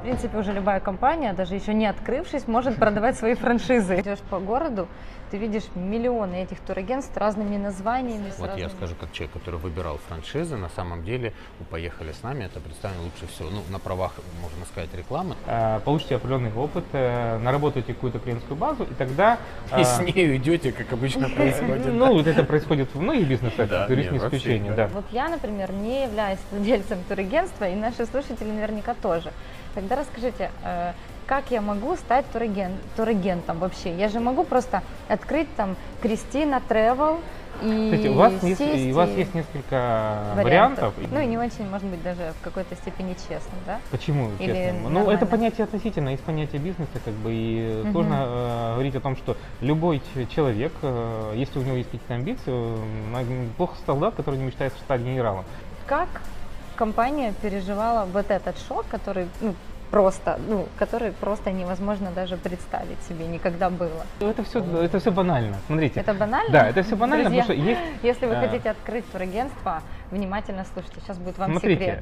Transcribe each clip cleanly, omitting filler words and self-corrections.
принципе, уже любая компания, даже еще не открывшись, может продавать свои франшизы. Идешь по городу, ты видишь миллионы этих турагентств с разными названиями. Вот я скажу, как человек, который выбирал франшизы, на самом деле «Поехали с нами» это представлено лучше всего. Ну, на правах, можно сказать, рекламы. Получите определенный опыт, наработаете какую-то клиентскую базу, и тогда... И с ней идете, как обычно происходит. Ну, это происходит в многих бизнесах, турист не исключение. Вот я, например, не являюсь владельцем турагентства, и наши слушатели наверняка тоже. Тогда расскажите, как я могу стать турагентом вообще? Я же могу просто открыть там Кристина Travel и кстати, у вас есть несколько вариантов. Ну и не очень, может быть, даже в какой-то степени честно, да? Почему честно? Ну, это понятие относительно, есть понятие бизнеса, как бы, и сложно говорить о том, что любой человек, если у него есть какие-то амбиции, плохо солдат, который не мечтает стать генералом. Как компания переживала вот этот шок, который который просто невозможно даже представить себе, никогда было. Это все банально. Смотрите. Это банально? Да, это все банально, Друзья, потому что есть... Если вы хотите открыть турагентство, внимательно слушайте, сейчас будет вам секрет.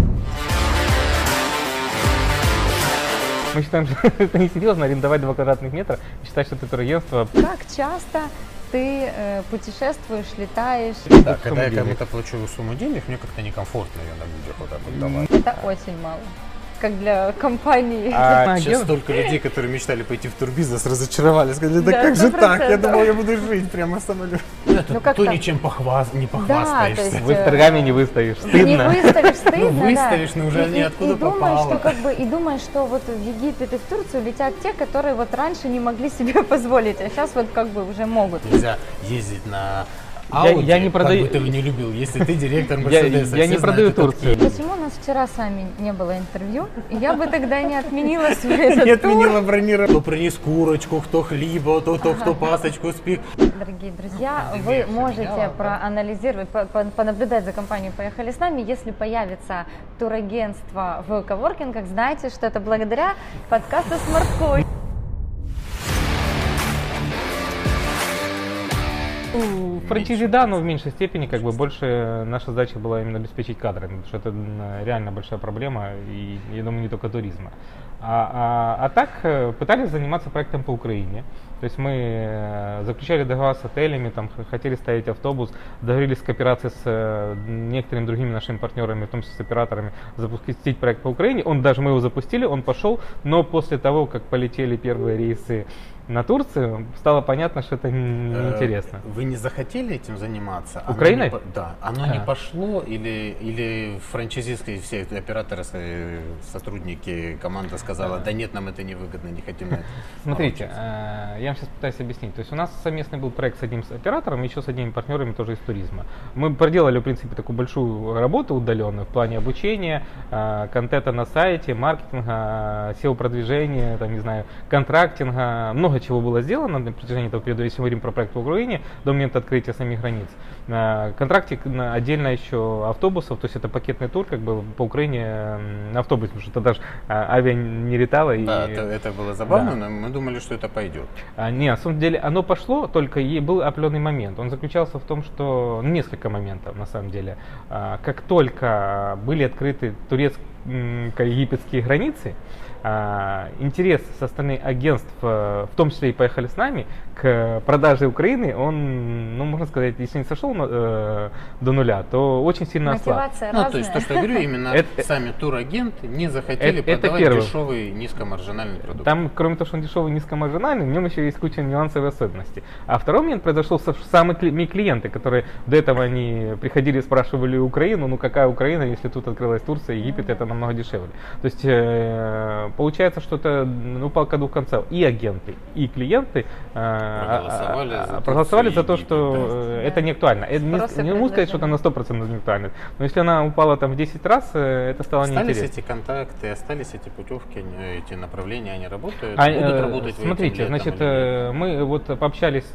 Мы считаем, что это несерьезно арендовать 2 квадратных метра и считать, что это турагентство. Как часто ты путешествуешь, летаешь? Да, когда я кому-то плачу сумму денег, мне как-то некомфортно ее на людях вот так вот давать. Это очень мало. Как для компании. Сейчас столько людей, которые мечтали пойти в турбизнес, разочаровались, сказали, да как же так? Я думал, я буду жить прямо в самолете. То ничем не похвастаешься. В Инстаграме не выставишь, стыдно. Не выставишь, стыдно, выставишь, но уже ниоткуда попало. И думаешь, что вот в Египет и в Турцию летят те, которые вот раньше не могли себе позволить, а сейчас вот как бы уже могут. Нельзя ездить на Audi, я не продаю... как бы ты его не любил, если ты директор Мерседеса. Я не продаю Турцию. Почему у нас вчера с вами не было интервью? Я бы тогда не отменила свой этот тур. Не отменила бронирование. Кто принес курочку, кто хлеба, кто пасочку спик. Дорогие друзья, вы можете проанализировать, понаблюдать за компанией «Поехали с нами». Если появится турагентство в коворкингах, знайте, что это благодаря подкасту SmartCoin. В франчайзи да, но в меньшей степени, как бы больше наша задача была именно обеспечить кадрами, потому что это реально большая проблема, и я думаю, не только туризма. А так пытались заниматься проектом по Украине. То есть мы заключали договор с отелями, там, хотели ставить автобус, договорились с кооперацией с некоторыми другими нашими партнерами, в том числе с операторами, запустить проект по Украине. Мы его запустили, он пошел, но после того, как полетели первые рейсы на Турцию, стало понятно, что это неинтересно. Вы не захотели этим заниматься? Украиной? Да. Оно не пошло или франчайзистские все операторы, сотрудники, команда сказала, да нет, нам это невыгодно, не хотим на это. Смотрите, я вам сейчас пытаюсь объяснить. То есть у нас совместный был проект с одним оператором, еще с одними партнерами тоже из туризма. Мы проделали, в принципе, такую большую работу удаленную в плане обучения, контента на сайте, маркетинга, SEO-продвижения, там, не знаю, контрактинга, много чего было сделано на протяжении этого периода, если мы говорим про проект в Украине, до момента открытия самих границ. Контрактик отдельно еще автобусов, то есть это пакетный тур как бы по Украине на автобусе, потому что тогда же авиа не летала. Да, это было забавно, но мы думали, что это пойдет. Нет, на самом деле оно пошло, только был определенный момент. Он заключался в том, что несколько моментов на самом деле. Как только были открыты турецко-египетские границы, интерес со стороны агентств, в том числе и «Поехали с нами», к продаже Украины, он, ну, можно сказать, если не сошел до нуля, то очень сильно ослаб. Мотивация разная. То есть то, что я говорю, именно сами турагенты не захотели продавать дешевый низкомаржинальный продукт. Там, кроме того, что он дешевый низкомаржинальный, в нем еще есть куча нюансов и особенностей. А второй момент произошел с самыми клиенты, которые до этого они приходили и спрашивали Украину, ну какая Украина, если тут открылась Турция, Египет, это намного дешевле. То есть получается, что это палка двух концов. И агенты, и клиенты проголосовали за то, что это не актуально. Не могу сказать, что это на 100% не актуально, но если она упала там в 10 раз, это стало неинтересно. Остались эти контакты, остались эти путевки, эти направления, они работают? Будут работать? Смотрите, значит, мы вот пообщались,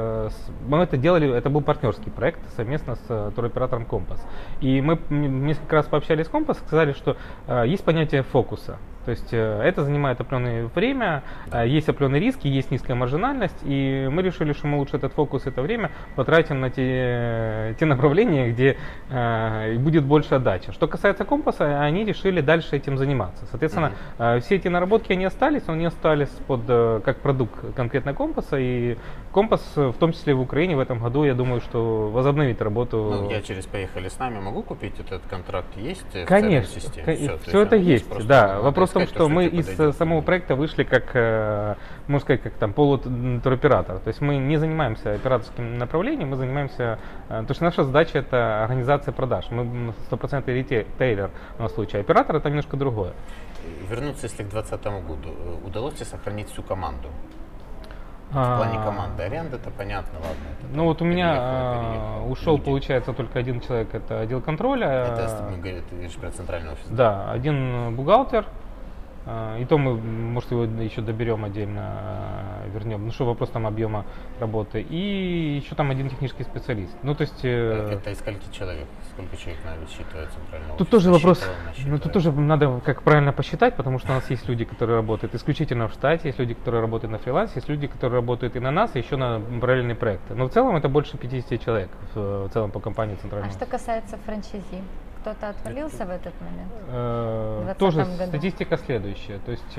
мы это делали, это был партнерский проект совместно с туроператором Компас. И мы несколько раз пообщались с Компас, сказали, что есть понятие фокуса. То есть это занимает определенное время, есть определенные риски, есть низкая маржинальность, и мы решили, что мы лучше этот фокус, это время потратим на те направления, где будет больше отдачи. Что касается компаса, они решили дальше этим заниматься. Соответственно, все эти наработки, они остались, но они остались как продукт конкретно компаса, и компас, в том числе в Украине, в этом году, я думаю, что возобновит работу. Ну, я через «Поехали с нами» могу купить этот контракт? Есть в Конечно, системе? Все это есть, да. Вопрос в том, что мы из самого проекта вышли как, можно сказать, как там полутуроператор. То есть мы не занимаемся операторским направлением, мы занимаемся, то есть наша задача это организация продаж. Мы 100% ритейлер у нас в случае, оператор это немножко другое. Вернуться, если к 2020 году, удалось ли сохранить всю команду? В плане команды аренда-то понятно, ладно. Ну вот у меня ушел, получается, только один человек, это отдел контроля. Это, ты говоришь про центральный офис. Да, один бухгалтер. И то мы, может, его еще доберем отдельно, вернем. Ну что, вопрос там объема работы. И еще там один технический специалист. Ну, то есть... Это из скольки человек? Сколько человек надо считывать центрального Тут тоже вопрос, ну тут тоже надо как правильно посчитать, потому что у нас есть люди, которые работают исключительно в штате, есть люди, которые работают на фрилансе, есть люди, которые работают и на нас, и еще на параллельные проекты. Но в целом это больше 50 человек в целом по компании центрального. А что касается франчайзи? Кто-то отвалился в этот момент? Тоже статистика следующая. То есть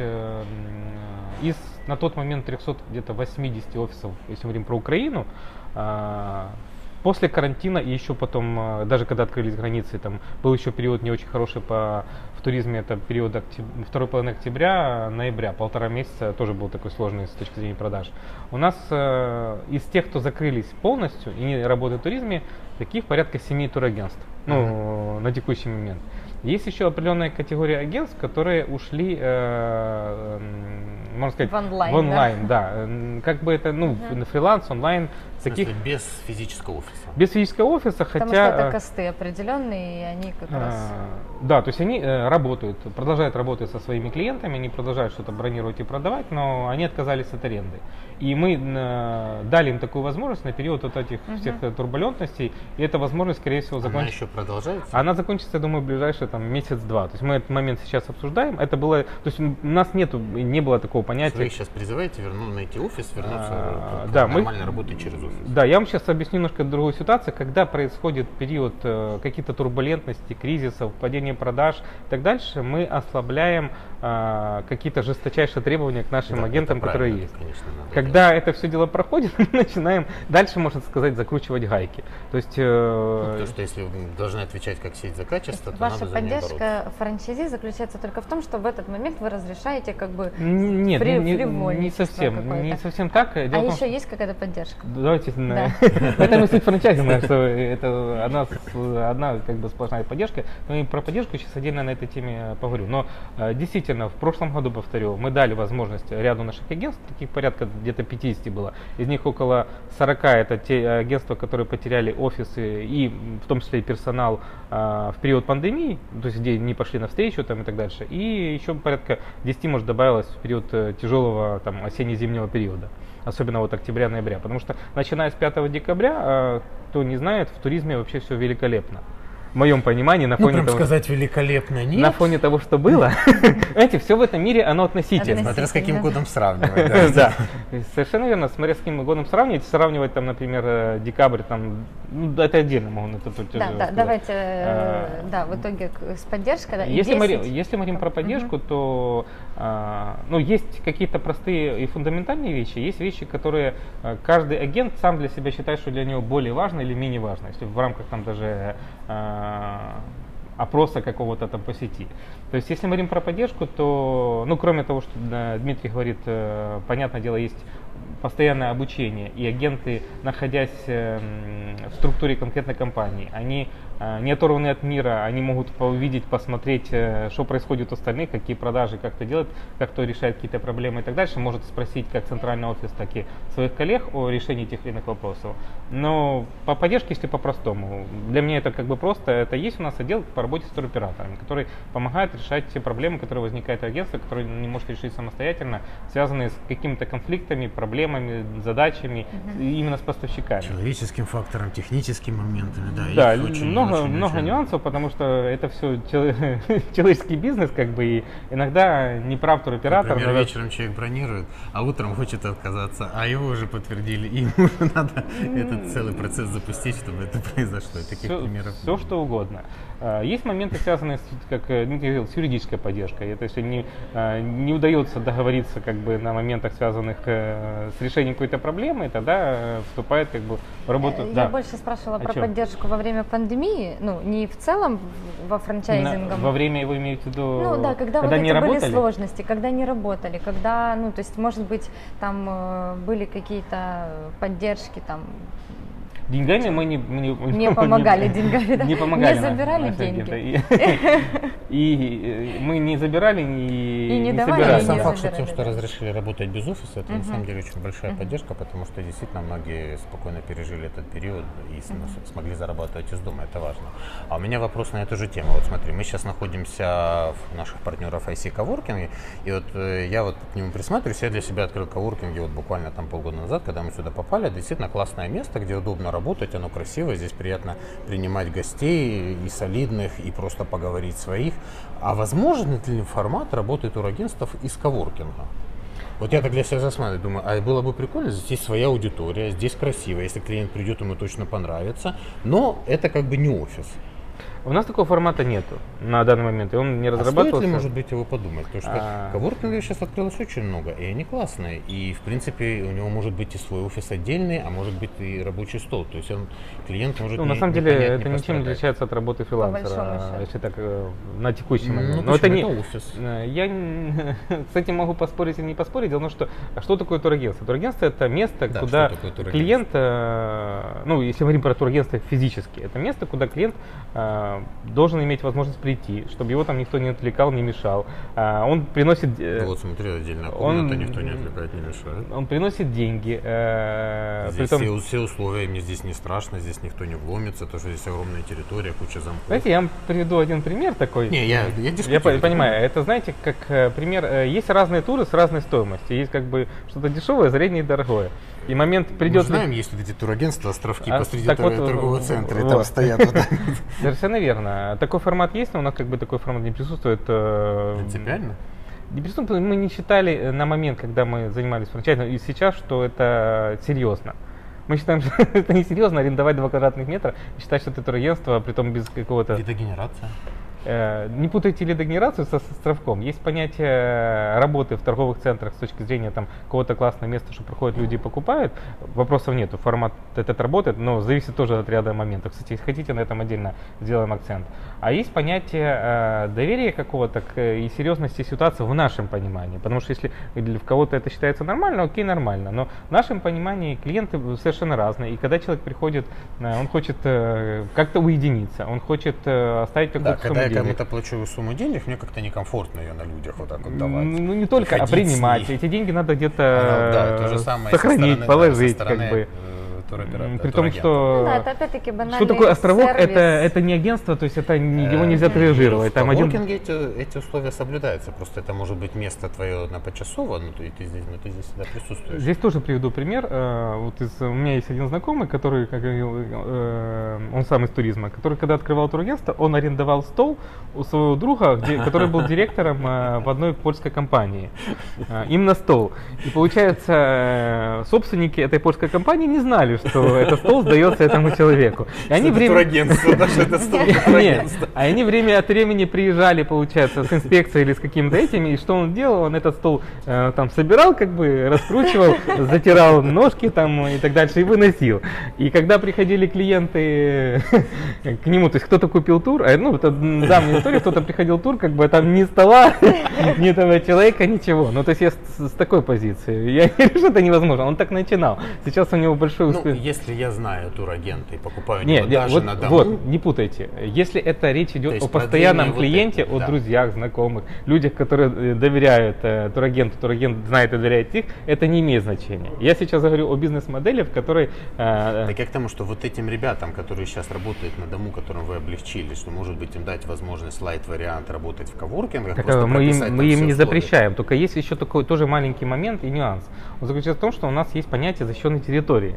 из на тот момент 300 где-то 80 офисов, если мы говорим про Украину, после карантина и еще потом, даже когда открылись границы, там был еще период не очень хороший в туризме, это период второй половины октября, ноября, 1,5 месяца тоже был такой сложный с точки зрения продаж. У нас из тех, кто закрылись полностью и не работают в туризме, таких порядка 7 турагентств, ну, на текущий момент. Есть еще определенная категория агентств, которые ушли, можно сказать, в онлайн, да. Как бы это, ну, на фриланс, онлайн. Таких без физического офиса. Без физического офиса, хотя... Потому что это косты определенные, и они как раз... Да, то есть они работают, продолжают работать со своими клиентами, они продолжают что-то бронировать и продавать, но они отказались от аренды. И мы дали им такую возможность на период вот этих всех турбулентностей, и эта возможность, скорее всего, закончится. Она еще продолжается? Она закончится, я думаю, в ближайшие там месяц-два. То есть мы этот момент сейчас обсуждаем. Это было, то есть у нас не было такого понятия. Вы сейчас призываете найти офис, вернуться к нормальной работе через офис? Да, я вам сейчас объясню немножко другую ситуацию, когда происходит период каких-то турбулентностей, кризисов, падения продаж и так дальше, мы ослабляем какие-то жесточайшие требования к нашим агентам, которые есть. Конечно, когда это все дело проходит, мы начинаем дальше, можно сказать, закручивать гайки. То есть, потому что если вы должны отвечать как сеть за качество, то ваша надо за нее бороться. Поддержка франчайзи заключается только в том, что в этот момент вы разрешаете как бы нет, не совсем так. А еще есть какая-то поддержка? Давайте это суть франчайзинга, что это одна как бы сплошная поддержка. Но и про поддержку сейчас отдельно на этой теме поговорю. Но действительно, в прошлом году, повторю, мы дали возможность ряду наших агентств, таких порядка где-то 50 было. Из них около 40 это те агентства, которые потеряли офисы и в том числе и персонал в период пандемии, то есть где не пошли навстречу там, и так дальше. И еще порядка 10, может, добавилось в период тяжелого там, осенне-зимнего периода. Особенно вот октября-ноября. Потому что начиная с 5 декабря, кто не знает, в туризме вообще все великолепно. В моем понимании, на фоне того, сказать великолепно нет. На фоне того, что было, знаете, все в этом мире, оно относительно. Смотря с каким годом сравнивать. Да, совершенно верно, смотря с каким годом сравнивать, там, например, декабрь, там, ну, это отдельно могу на это тоже Да, давайте, да, в итоге с поддержкой. Если мы говорим про поддержку, то ну, есть какие-то простые и фундаментальные вещи, есть вещи, которые каждый агент сам для себя считает, что для него более важно или менее важно, если в рамках там даже опроса какого-то там по сети. То есть, если мы говорим про поддержку, то, ну, кроме того, что Дмитрий говорит, понятное дело, есть постоянное обучение, и агенты, находясь в структуре конкретной компании, они не оторваны от мира, они могут увидеть, посмотреть, что происходит у остальных, какие продажи, как кто делает, как кто решает какие-то проблемы и так дальше, может спросить как центральный офис, так и своих коллег о решении тех или иных вопросов. Но по поддержке, если по-простому, для меня это как бы просто, это есть у нас отдел по работе с туроператорами, который помогает решать те проблемы, которые возникают в агентстве, которые не может решить самостоятельно, связанные с какими-то конфликтами, проблемами, задачами, именно с поставщиками. Человеческим фактором, техническими моментами, да, много много нюансов, потому что это все человеческий бизнес, как бы, и иногда не прав туроператор. Например, вечером человек бронирует, а утром хочет отказаться, а его уже подтвердили, и ему уже надо этот целый процесс запустить, чтобы это произошло. И таких примеров все что угодно. Есть моменты, связанные с юридической поддержкой. Это если не удается договориться как бы на моментах, связанных с решением какой-то проблемы, тогда вступает как бы в работу. Я больше спрашивала про поддержку во время пандемии, ну не в целом во франчайзинге. Во время его имеете в виду? Ну да, когда вот эти были сложности, когда не работали, когда, ну то есть может быть там были какие-то поддержки там. Деньгами мы не помогали деньгами, да? Не помогали. Не забирали деньги. И мы не забирали, и не собирали. Сам факт, что разрешили работать без офиса, это на самом деле очень большая поддержка, потому что действительно многие спокойно пережили этот период и смогли зарабатывать из дома, это важно. А у меня вопрос на эту же тему. Вот смотри, мы сейчас находимся в наших партнеров IC Коворкинге, и вот я вот к нему присматриваюсь, я для себя открыл коворкинги вот буквально там полгода назад, когда мы сюда попали, действительно классное место, где удобно работать, оно красиво, здесь приятно принимать гостей и солидных, и просто поговорить своих. А возможен ли формат работы турагентств из коворкинга? Вот я так для себя засматриваю, думаю, а было бы прикольно, здесь своя аудитория, здесь красиво, если клиент придет, ему точно понравится, но это как бы не офис. У нас такого формата нету на данный момент, и он не разрабатывался. Стоит ли, может быть, его подумать? Потому что коворкингов сейчас открылось очень много, и они классные. И, в принципе, у него может быть и свой офис отдельный, а может быть и рабочий стол. То есть клиент может на самом деле это ничем не отличается от работы фрилансера, если так на текущий момент. Но это не офис. Я с этим могу поспорить или не поспорить. Дело в том, что что такое турагентство? Турагентство — это место, куда клиент, ну, если мы говорим про турагентство физически, это место, куда клиент должен иметь возможность прийти, чтобы его там никто не отвлекал, не мешал. Он приносит... Вот смотри, отдельная комната, никто не отвлекает, не мешает. Он приносит деньги. Здесь все условия, мне здесь не страшно, здесь никто не вломится, потому что здесь огромная территория, куча замков. Знаете, я вам приведу один пример такой. Не, я понимаю, это, знаете, как пример, есть разные туры с разной стоимостью. Есть как бы что-то дешевое, среднее и дорогое. И момент придет... Мы знаем, есть вот эти турагентства, островки посреди торгового центра, и там стоят вот так. Совершенно верно. Такой формат есть, но у нас как бы такой формат не присутствует. Принципиально? Не присутствует. Мы не считали на момент, когда мы занимались франчайзингом, и сейчас, что это серьезно. Мы считаем, что это не серьезно арендовать 2 квадратных метра и считать, что это турагентство, притом без какого-то... Лидогенерация? Не путайте лидогенерацию со островком. Есть понятие работы в торговых центрах с точки зрения там какого-то классного места, что приходят люди и покупают. Вопросов нету, формат этот работает, но зависит тоже от ряда моментов. Кстати, если хотите, на этом отдельно сделаем акцент. А есть понятие доверия какого-то и серьезности ситуации в нашем понимании. Потому что если в кого-то это считается нормально, окей, нормально. Но в нашем понимании клиенты совершенно разные. И когда человек приходит, он хочет как-то уединиться, он хочет оставить какую-то сумму. Я кому-то плачу сумму денег, мне как-то некомфортно ее на людях вот так вот давать. Ну не только, а принимать. Эти деньги надо где-то сохранить, положить, как бы. При том, что это опять-таки банальный что такое островок, сервис. это не агентство, то есть это его нельзя тиражировать. В коворкинге эти условия соблюдаются, просто это может быть место твое на почасово, но ты здесь всегда присутствуешь. Здесь тоже приведу пример. У меня есть один знакомый, который, как говорил, он сам из туризма, который, когда открывал турагентство, он арендовал стол у своего друга, который был директором в одной польской компании. Им на стол. И получается, собственники этой польской компании не знали, что этот стол сдается этому человеку. И они они время от времени приезжали, получается, с инспекцией или с каким-то этим, и что он делал? Он этот стол там собирал, как бы раскручивал, затирал ножки там и так дальше, и выносил. И когда приходили клиенты к нему, то есть кто-то купил тур, ну, это давняя история, кто-то приходил тур, как бы там ни стола, ни этого человека, ничего. Ну, то есть я с такой позиции. Я говорю, что это невозможно. Он так начинал. Сейчас у него большой успех. Если я знаю турагента и покупаю его даже на дому... Вот, не путайте. Если это речь идет о постоянном клиенте, о друзьях, знакомых, людях, которые доверяют турагенту, турагент знает и доверяет их, это не имеет значения. Я сейчас говорю о бизнес-модели, в которой... Так я к тому, что вот этим ребятам, которые сейчас работают на дому, которым вы облегчили, что, может быть, им дать возможность лайт-вариант работать в коворкингах, мы им не запрещаем, только есть еще такой тоже маленький момент и нюанс. Он заключается в том, что у нас есть понятие защищенной территории в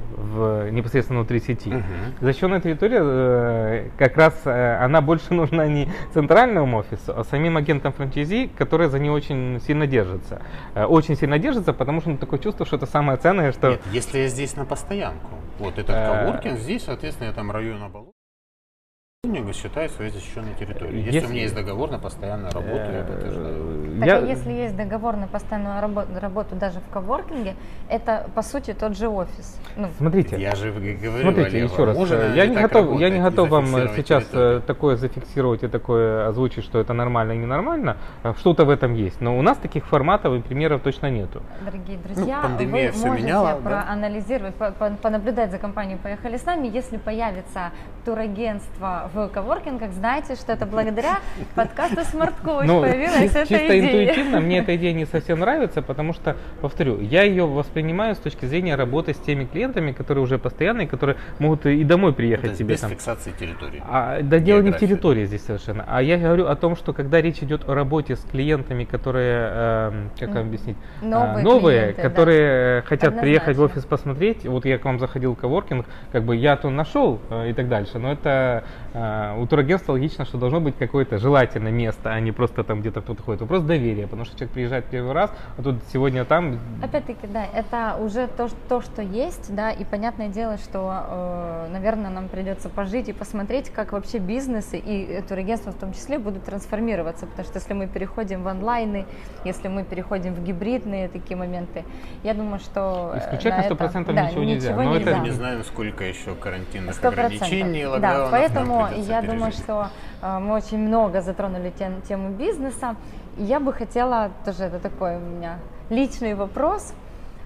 непосредственно внутри сети. Защищенная территория как раз она больше нужна не центральному офису, а самим агентам франчайзи, которые за нее очень сильно держатся. Очень сильно держатся, потому что такое чувство, что это самое ценное, что... Нет, если я здесь на постоянку, вот этот коворкинг, здесь, соответственно, я там район оболочки, считаю своей защищенной территорией. Если у меня есть договор на постоянную работу, я подтверждаю. Так, а если есть договор на постоянную работу даже в коворкинге, это по сути тот же офис. Ну, смотрите, я же говорю, смотрите, Валера, еще раз, я не готов вам сейчас территорию. такое зафиксировать и такое озвучить, что это нормально и ненормально. Что-то в этом есть, но у нас таких форматов и примеров точно нету. Дорогие друзья, пандемия вы все можете меняла, проанализировать, понаблюдать за компанией «Поехали с нами». Если появится турагентство в коворкингах, знайте, что это благодаря подкасту Smart Coach появилась эта чисто идея. интуитивно мне эта идея не совсем нравится, потому что, повторю, я ее воспринимаю с точки зрения работы с теми клиентами, которые уже постоянные, которые могут и домой приехать себе без там. фиксации территории. Да, дело не в территории здесь совершенно. А я говорю о том, что когда речь идет о работе с клиентами, которые, как вам объяснить, новые клиенты, которые хотят приехать в Однозначно. офис посмотреть. Вот я к вам заходил в коворкинг, как бы я то нашел и так дальше. Но это у турагентства логично, что должно быть какое-то желательное место, а не просто там где-то кто-то ходит. Вопрос доверия, потому что человек приезжает первый раз, а тут сегодня там. Опять-таки, да, это уже то, что есть, да, и понятное дело, что, наверное, нам придется пожить и посмотреть, как вообще бизнесы и турагентства в том числе будут трансформироваться, потому что если мы переходим в онлайны, если мы переходим в гибридные такие моменты, я думаю, что исключать на 100% да, ничего нельзя. Но это не знаем, сколько еще карантинных 100%. ограничений, Да, локдаунов поэтому нам придется я думаю, пережить. что мы очень много затронули тему бизнеса. И я бы хотела, тоже это такой у меня личный вопрос.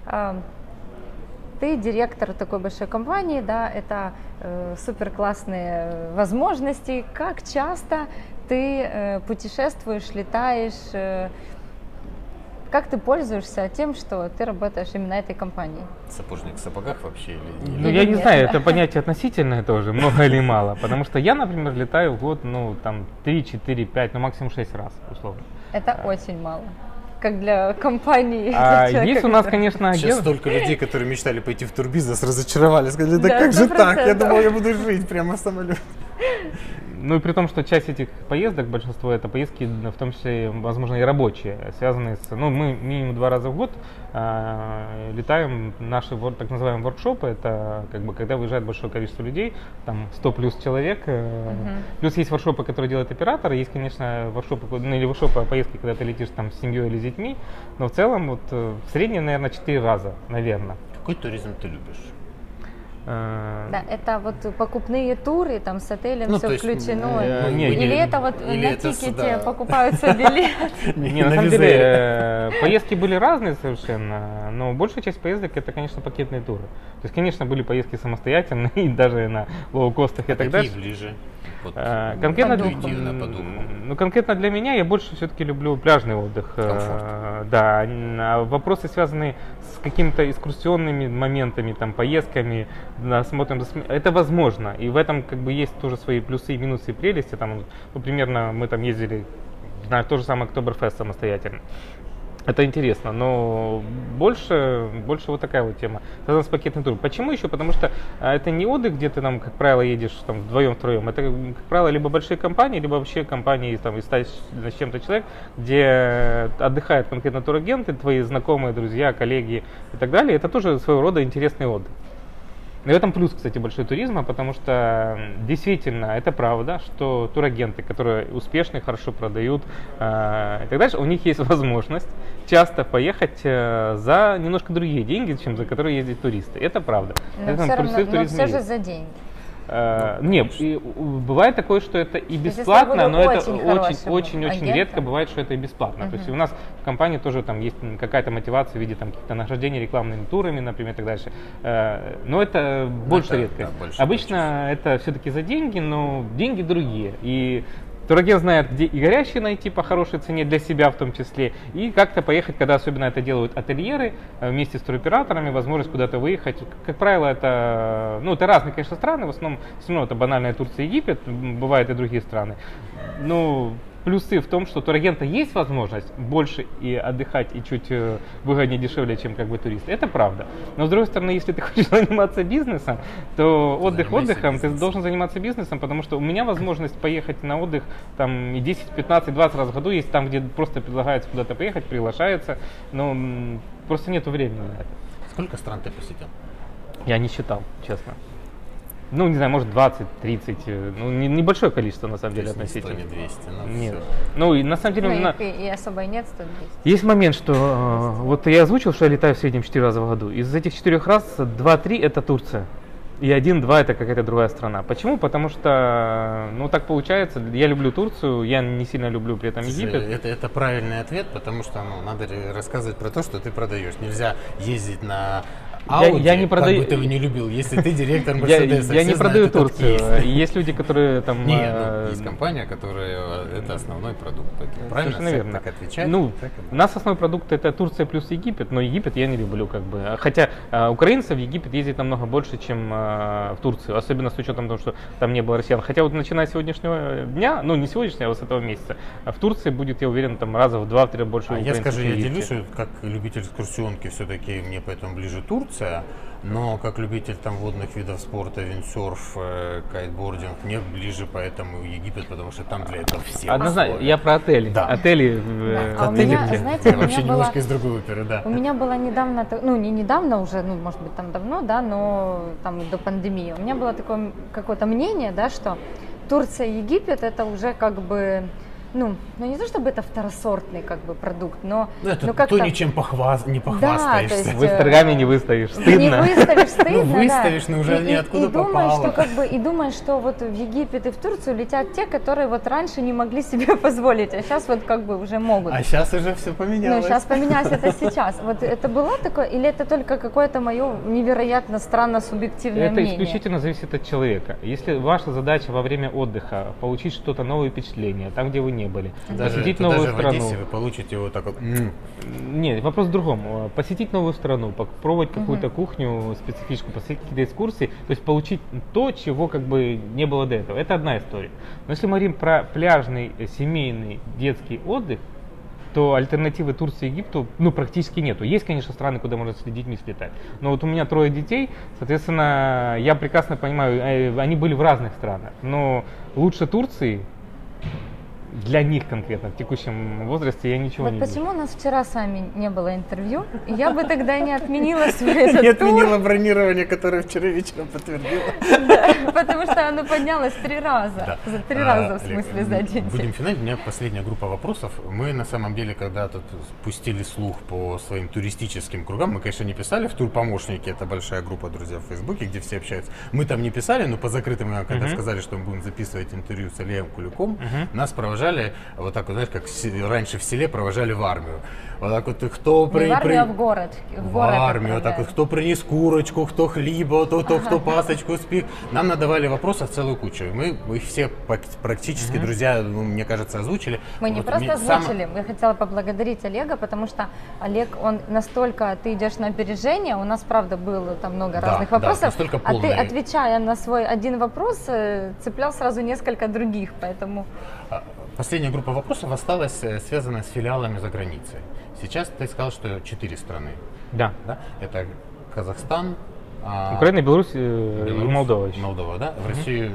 Ты директор такой большой компании, да, это супер классные возможности. Как часто ты путешествуешь, летаешь? Как ты пользуешься тем, что ты работаешь именно этой компанией? Сапожник в сапогах вообще или Ну, нет? я не нет, знаю, да. это понятие относительное тоже, много или мало. Потому что я, например, летаю в год, ну, там, 3, 4, 5, ну, максимум 6 раз, условно. Это очень мало, как для компании. А для человека, есть у нас, который- конечно, Сейчас агент. столько людей, которые мечтали пойти в турбизнес, разочаровались, сказали, да Да, как же так, я 100%. думал, я буду жить прямо в самолете. Ну и при том, что часть этих поездок, большинство это поездки, в том числе, возможно, и рабочие, связанные с, ну, мы минимум 2 раза в год летаем наши так называемые воркшопы, это как бы когда выезжает большое количество людей, там 100 плюс человек, плюс есть воркшопы, которые делают операторы, есть, конечно, воркшопы, ну или воркшопы, поездки, когда ты летишь там с семьей или с детьми, но в целом вот в среднем, наверное, 4 раза, наверное. Какой туризм ты любишь? Да, это вот покупные туры, там с отелем Ну, все то есть, включено. не, Или это вот или на это тикете сюда. покупаются билет. Не, на самом деле, поездки были разные совершенно, но большая часть поездок это, конечно, пакетные туры. То есть, конечно, были поездки самостоятельные, и даже на лоукостах и так Какие далее. ближе? Вот, Конкретно, интуитивно, по духу. ну, конкретно для меня я больше все-таки люблю пляжный отдых. Комфорт. Да, а вопросы, связанные с какими-то экскурсионными моментами, там, поездками, да, смотрим, это возможно. И в этом как бы есть тоже свои плюсы и минусы и прелести. Там, ну, примерно мы там ездили на то же самое Октоберфест самостоятельно. Это интересно, но больше вот такая вот тема, связана с пакетным туром. Почему еще? Потому что это не отдых, где ты там, как правило, едешь там вдвоем-втроем. Это, как правило, либо большие компании, либо вообще компании там, из 100 с чем-то человек, где отдыхают конкретно турагенты, твои знакомые, друзья, коллеги и так далее. Это тоже своего рода интересный отдых. И в этом плюс, кстати, большой туризма, потому что действительно это правда, что турагенты, которые успешны, хорошо продают и так дальше, у них есть возможность часто поехать за немножко другие деньги, чем за которые ездят туристы. Это правда. Но Это все, плюсы в но туризме все же есть. за деньги. Нет, бывает такое, что это и есть, бесплатно, если но это очень хорошим очень агентом. редко бывает, что это и бесплатно. То есть у нас в компании тоже там есть какая-то мотивация в виде там каких-то награждений рекламными турами, например, и так дальше. Но это больше да, редкость. да, больше Обычно это все-таки за деньги, но деньги другие. И турагент знает, где и горящие найти по хорошей цене для себя в том числе, и как-то поехать, когда особенно это делают ательеры, вместе с туроператорами, возможность куда-то выехать. Как правило, это, ну, это разные, конечно, страны, в основном, все равно это банальная Турция и Египет, бывают и другие страны. Ну, в плюсы в том, что у турагента есть возможность больше и отдыхать, и чуть выгоднее, дешевле, чем как бы турист. Это правда. Но с другой стороны, если ты хочешь заниматься бизнесом, то отдых отдыхом, ты должен заниматься бизнесом, потому что у меня возможность поехать на отдых там и 10, 15, 20 раз в году есть там, где просто предлагается куда-то поехать, приглашается, но просто нету времени на это. Сколько стран ты посетил? Я не считал, честно. Ну, не знаю, может 20, 30, ну, небольшое количество, на самом деле, относительно. 100, не 200, ну, нет. всё. Ну, и на самом деле... Ну, и особо и нет 100-200. Есть момент, что вот я озвучил, что я летаю в среднем 4 раза в году. Из этих 4 раз 2-3 это Турция. И 1-2 это какая-то другая страна. Почему? Потому что, ну, так получается, я люблю Турцию, я не сильно люблю при этом Египет. Это правильный ответ, потому что надо рассказывать про то, что ты продаешь. Нельзя ездить на Audi, я не продаю... как бы ты его не любил, если ты директор Мерседеса. Я не продаю Турцию. Есть люди, которые там... Есть компания, которая это основной продукт. Правильно? Совершенно верно. Так отвечать? Ну, у нас основной продукт это Турция плюс Египет, но Египет я не люблю как бы. Хотя украинцев в Египет ездит намного больше, чем в Турцию, особенно с учетом того, что там не было россиян. Хотя вот начиная с сегодняшнего дня, ну не сегодняшнего, а вот с этого месяца, в Турции будет, я уверен, там раза в 2-3 больше украинцев. Я скажу, чем в я Египте. делюсь, как любитель экскурсионки, все-таки мне поэтому ближе Турция, но как любитель там водных видов спорта, виндсерф, кайтбординг, мне ближе поэтому Египет, потому что там для этого все Однозначно, условия. я про отели. Да. Отели, А у отели меня, где? знаете, Я у вообще меня была... немножко из другой оперы, да. У меня было недавно, ну не недавно уже, ну может быть там давно, да, но там до пандемии. У меня было такое какое-то мнение, да, что Турция и Египет это уже как бы, ну не то чтобы это второсортный как бы продукт, но Это ну, как-то... то ничем не похвастаешься. то есть, В Инстаграме не выставишь, Не стыдно. выставишь, стыдно, Ну, выставишь, но уже ниоткуда думаешь, попало. что как бы, и думаешь, что вот в Египет и в Турцию летят те, которые вот раньше не могли себе позволить, а сейчас вот как бы уже могут. А сейчас уже все Ну, поменялось. сейчас поменялось это сейчас. Вот это было такое, или это только какое-то мое невероятно странно субъективное Это мнение? исключительно зависит от человека. Если ваша задача во время отдыха получить что-то новое впечатление, там, где вы не были, посетить новую даже в страну. Одессе вы получите вот так вот. Нет, вопрос в другом. Посетить новую страну, попробовать какую-то кухню специфическую, посетить какие-то экскурсии, то есть получить то, чего как бы не было до этого. Это одна история. Но если мы говорим про пляжный, семейный, детский отдых, то альтернативы Турции и Египту ну, практически нету. Есть, конечно, страны, куда можно с детьми слетать. Но вот у меня 3 детей, соответственно, я прекрасно понимаю, они были в разных странах. Но лучше Турции для них конкретно в текущем возрасте я ничего Вот не почему вижу. у нас вчера с вами не было интервью, и я бы тогда не отменила свой этот Не тур, отменила бронирование, которое вчера вечером подтвердила. да, потому что оно поднялось 3 раза. Да. За 3 раза, в Олег, смысле, за один Будем день. финалить. У меня последняя группа вопросов. Мы на самом деле, когда тут пустили слух по своим туристическим кругам, мы, конечно, не писали в турпомощники, это большая группа, друзья, в Фейсбуке, где все общаются. Мы там не писали, но по закрытым, когда сказали, что мы будем записывать интервью с Олегом Куликом, нас провожали, вот так вот, знаешь, как раньше в селе провожали в армию. Вот так вот, кто Не в армию, а в город. в армию, вот так вот, кто принес курочку, кто хлеба, кто пасочку спик. Нам надавали вопросов целую кучу. Мы их все практически, друзья, ну, мне кажется, озвучили. Мы не Вот просто мне озвучили, я хотела поблагодарить Олега, потому что Олег, он настолько, ты идешь на опережение, у нас, правда, было там много разных да, вопросов, настолько а ты, полный. отвечая на свой один вопрос, цеплял сразу несколько других, поэтому... Последняя группа вопросов осталась связана с филиалами за границей. Сейчас ты сказал, что 4 страны. Да. Да? Это Казахстан, Украина, Беларусь, и Беларусь, Молдова еще. Молдова, да? В Россию.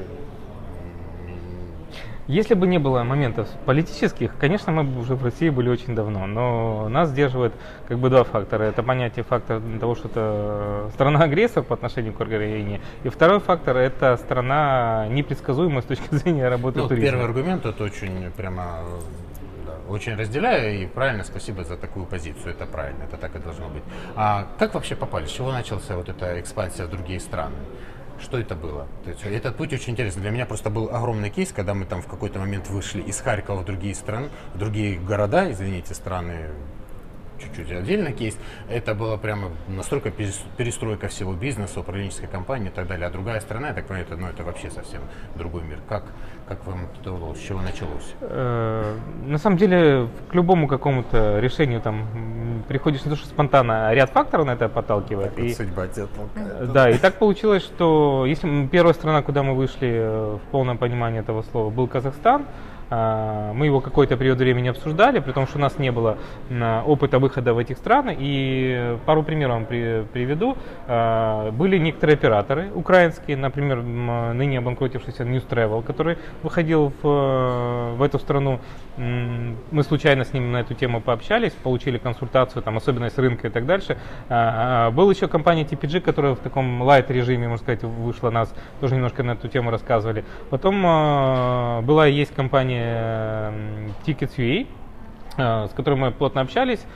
Если бы не было моментов политических, конечно, мы бы уже в России были очень давно, но нас сдерживает как бы 2 фактора. Это понятие фактора того, что это страна-агрессор по отношению к Украине, и второй фактор – это страна непредсказуемая с точки зрения работы Ну, туризма. первый аргумент, это очень прямо, да, очень разделяю, и правильно, спасибо за такую позицию, это правильно, это так и должно быть. А как вообще попали, с чего начался вот эта экспансия в другие страны? Что это было? То есть, этот путь очень интересный. Для меня просто был огромный кейс, когда мы там в какой-то момент вышли из Харькова в другие страны, в другие города, извините, страны, чуть-чуть отдельно кейс. Это было прямо настолько перестройка всего бизнеса, управленческой компании и так далее. А другая страна, я так понимаю, это вообще совсем другой мир. Как вам это удалось? С чего началось? На самом деле, к любому какому-то решению там приходишь не то что спонтанно, а ряд факторов на это подталкивает. Вот судьба тебя толкает. Да, и так получилось, что если первая страна, куда мы вышли в полном понимании этого слова, был Казахстан, мы его какой-то период времени обсуждали, при том, что у нас не было опыта выхода в этих страны. И пару примеров вам приведу. Были некоторые операторы украинские, например, ныне обанкротившийся News Travel, который выходил в эту страну. Мы случайно с ним на эту тему пообщались, получили консультацию, там, особенность рынка и так дальше. Был еще компания TPG, которая в таком лайт-режиме, можно сказать, вышла нас, тоже немножко на эту тему рассказывали. Потом была и есть компания Tickets.ua, с которой мы плотно общались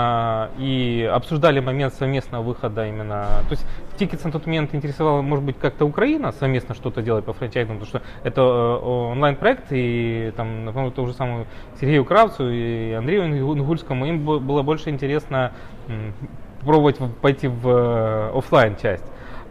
и обсуждали момент совместного выхода именно. То есть Tickets на тот момент интересовало, может быть, как-то Украина совместно что-то делать по франчайзингу, потому что это онлайн-проект, и там, например, тому же самому Сергею Кравцу и Андрею Ингульскому им было больше интересно пробовать пойти в офлайн часть.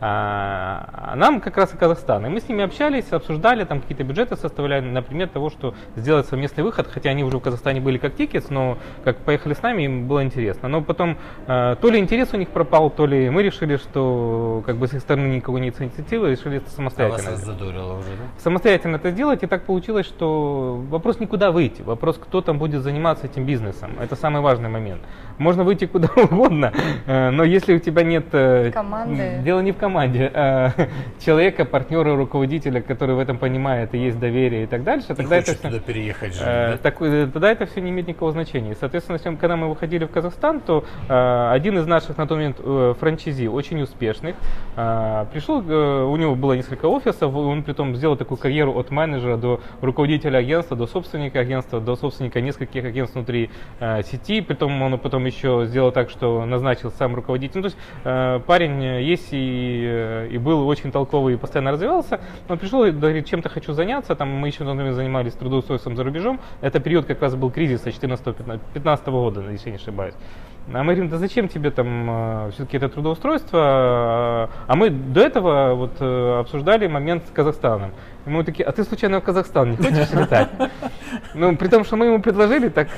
А нам как раз и Казахстан. И мы с ними общались, обсуждали, там какие-то бюджеты составляли, например, того, что сделать совместный выход, хотя они уже в Казахстане были как Tickets, но как поехали с нами, им было интересно. Но потом то ли интерес у них пропал, то ли мы решили, что как бы с их стороны никакой нет инициативы, решили это самостоятельно. А вас задурило уже, да? Самостоятельно это сделать, и так получилось, что вопрос никуда выйти, вопрос, кто там будет заниматься этим бизнесом. Это самый важный момент. Можно выйти куда угодно, но если у тебя нет команды, дело не в команде, а человека, партнера, руководителя, который в этом понимает и есть доверие и так дальше, тогда это туда переехать жить, да? Тогда это все не имеет никакого значения. Соответственно, когда мы выходили в Казахстан, то один из наших на тот момент франчайзи, очень успешных, пришел, у него было несколько офисов, он притом сделал такую карьеру от менеджера до руководителя агентства, до собственника агентства, до собственника нескольких агентств внутри сети, притом он потом еще сделал так, что назначил сам руководитель. Ну, то есть парень есть и был очень толковый и постоянно развивался. Он пришел и говорит, чем-то хочу заняться. Там мы еще на тот момент занимались трудоустройством за рубежом. Это период как раз был кризиса 2014-2015 года, если не ошибаюсь. А мы говорим, да зачем тебе там все-таки это трудоустройство? А мы до этого вот обсуждали момент с Казахстаном. И мы такие, а ты случайно в Казахстан не хочешь летать? Ну, при том, что мы ему предложили, так...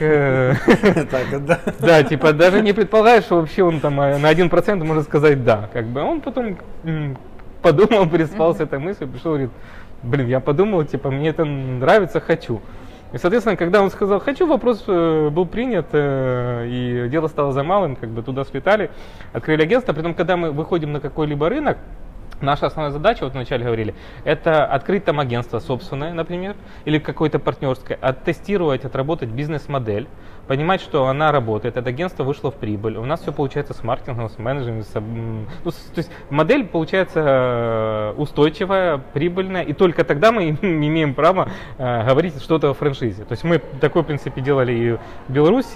Да, типа, даже не предполагаешь, что вообще он там на 1% может сказать да. Как бы он потом подумал, переспал с этой мыслью, пришел и говорит, блин, я подумал, типа, мне это нравится, хочу. И, соответственно, когда он сказал «хочу», вопрос был принят, и дело стало за малым, как бы туда слетали, открыли агентство. Притом, когда мы выходим на какой-либо рынок, наша основная задача, вот вначале говорили, это открыть там агентство собственное, например, или какое-то партнерское, оттестировать, отработать бизнес-модель, понимать, что она работает, это агентство вышло в прибыль, у нас все получается с маркетингом, с менеджером, то есть модель получается устойчивая, прибыльная, и только тогда мы имеем право говорить что-то о франшизе. То есть мы такое, в принципе, делали и в Беларуси,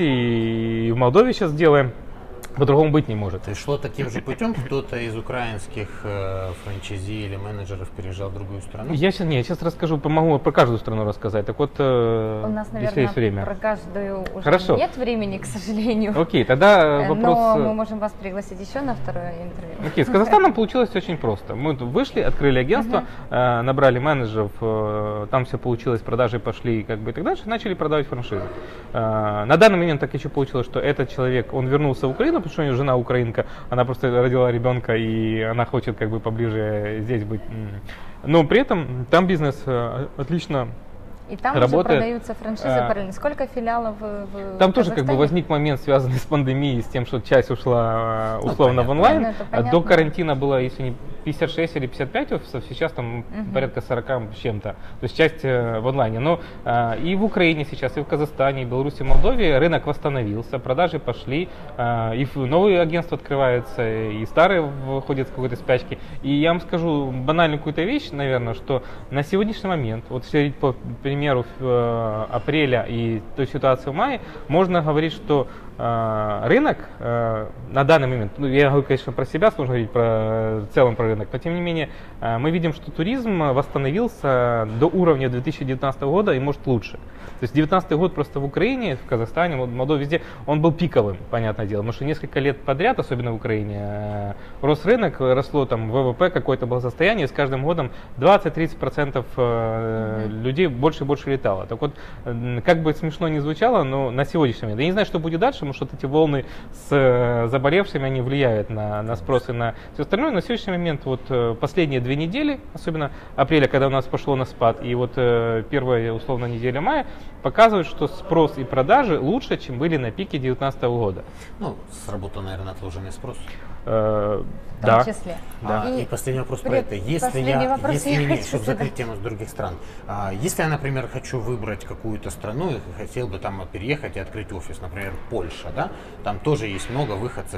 и в Молдове сейчас делаем. По-другому быть не может. И шло таким же путем, кто-то из украинских франчайзи или менеджеров переезжал в другую страну? Я сейчас расскажу, помогу про каждую страну рассказать. Так вот, у нас, наверное, есть время. Про каждую уже Хорошо. Нет времени, к сожалению. Окей, тогда вопрос... Но мы можем вас пригласить еще на второе интервью. Окей, с Казахстаном получилось очень просто. Мы вышли, открыли агентство, набрали менеджеров, там все получилось, продажи пошли как бы и так дальше, начали продавать франшизы. На данный момент так еще получилось, что этот человек, он вернулся в Украину, потому что у нее жена украинка, она просто родила ребенка, и она хочет как бы поближе здесь быть. Но при этом там бизнес отлично И там работает. уже продаются франшизы параллельно. Сколько филиалов в Там тоже как бы возник момент, связанный с пандемией, с тем, что часть ушла условно в онлайн. До карантина было, если не 56 или 55 офисов, сейчас там порядка 40 с чем-то. То есть часть в онлайне. Но и в Украине сейчас, и в Казахстане, и в Беларуси, и в Молдове рынок восстановился, продажи пошли, и новые агентства открываются, и старые выходят с какой-то спячки. И я вам скажу банальную какую-то вещь, наверное, что на сегодняшний момент, вот если по примеру апреля и той ситуации в мае, можно говорить, что рынок на данный момент, ну, я говорю, конечно, про себя, сложно говорить в целом про рынок, но тем не менее мы видим, что туризм восстановился до уровня 2019 года и может лучше. То есть 2019 год просто в Украине, в Казахстане, в Молдове, везде, он был пиковым, понятное дело, потому что несколько лет подряд, особенно в Украине, рос рынок, росло там ВВП, какое-то было состояние, и с каждым годом 20-30% людей больше и больше летало. Так вот, как бы смешно ни звучало, но на сегодняшний момент, я не знаю, что будет дальше, потому что вот эти волны с заболевшими, они влияют на спрос и на все остальное. На сегодняшний момент вот последние 2 недели, особенно апреля, когда у нас пошло на спад, и вот первая, условно, неделя мая, показывают, что спрос и продажи лучше, чем были на пике 2019 года. Ну, сработал, наверное, отложенный спрос. В Да. том числе. Да. И последний вопрос про Привет, это. Если последний я, вопрос если я не, хочу чтобы задать. закрыть тему с других стран, если я, например, хочу выбрать какую-то страну и хотел бы там переехать и открыть офис, например, Польша, да, там тоже есть много выходцев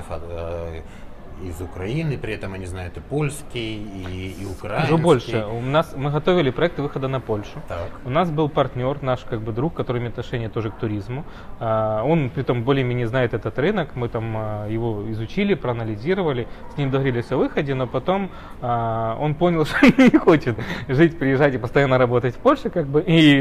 из Украины, при этом они знают и польский, и украинский. Уже больше. Мы готовили проект выхода на Польшу. Так. У нас был партнер, наш как бы друг, который имеет отношение тоже к туризму. Он, притом, более-менее знает этот рынок. Мы там его изучили, проанализировали, с ним договорились о выходе, но потом он понял, что не хочет жить, приезжать и постоянно работать в Польше, как бы, и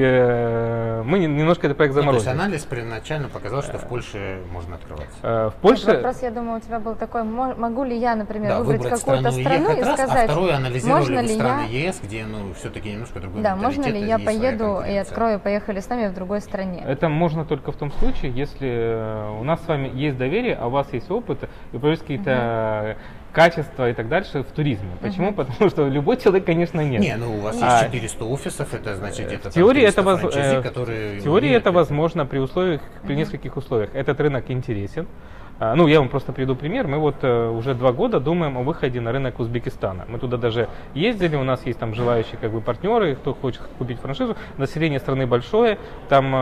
мы немножко этот проект Ну, то заморозили. есть анализ первоначально показал, что в Польше можно открываться. В Нет, Польше... вопрос, я думаю, у тебя был такой, могу ли я, например, Да, выбрать какую-то страну страну и ехать раз, сказать, а второе, анализировали можно вы ли страны я, ЕС, где, ну, все-таки немножко другой да, можно менталитет, ли я есть своя поеду и конкуренция. открою, поехали с нами в другой стране? Это можно только в том случае, если у нас с вами есть доверие, а у вас есть опыт, и появились какие-то качества и так дальше в туризме. Почему? Потому что любой человек, конечно, нет. Не, ну у вас есть 400 офисов, это значит, это В теории это, франчайзи, которые в теории умеют это возможно при условиях, при нескольких условиях. Этот рынок интересен. Ну, я вам просто приведу пример. Мы вот уже 2 года думаем о выходе на рынок Узбекистана. Мы туда даже ездили, у нас есть там желающие как бы партнеры, кто хочет купить франшизу. Население страны большое, там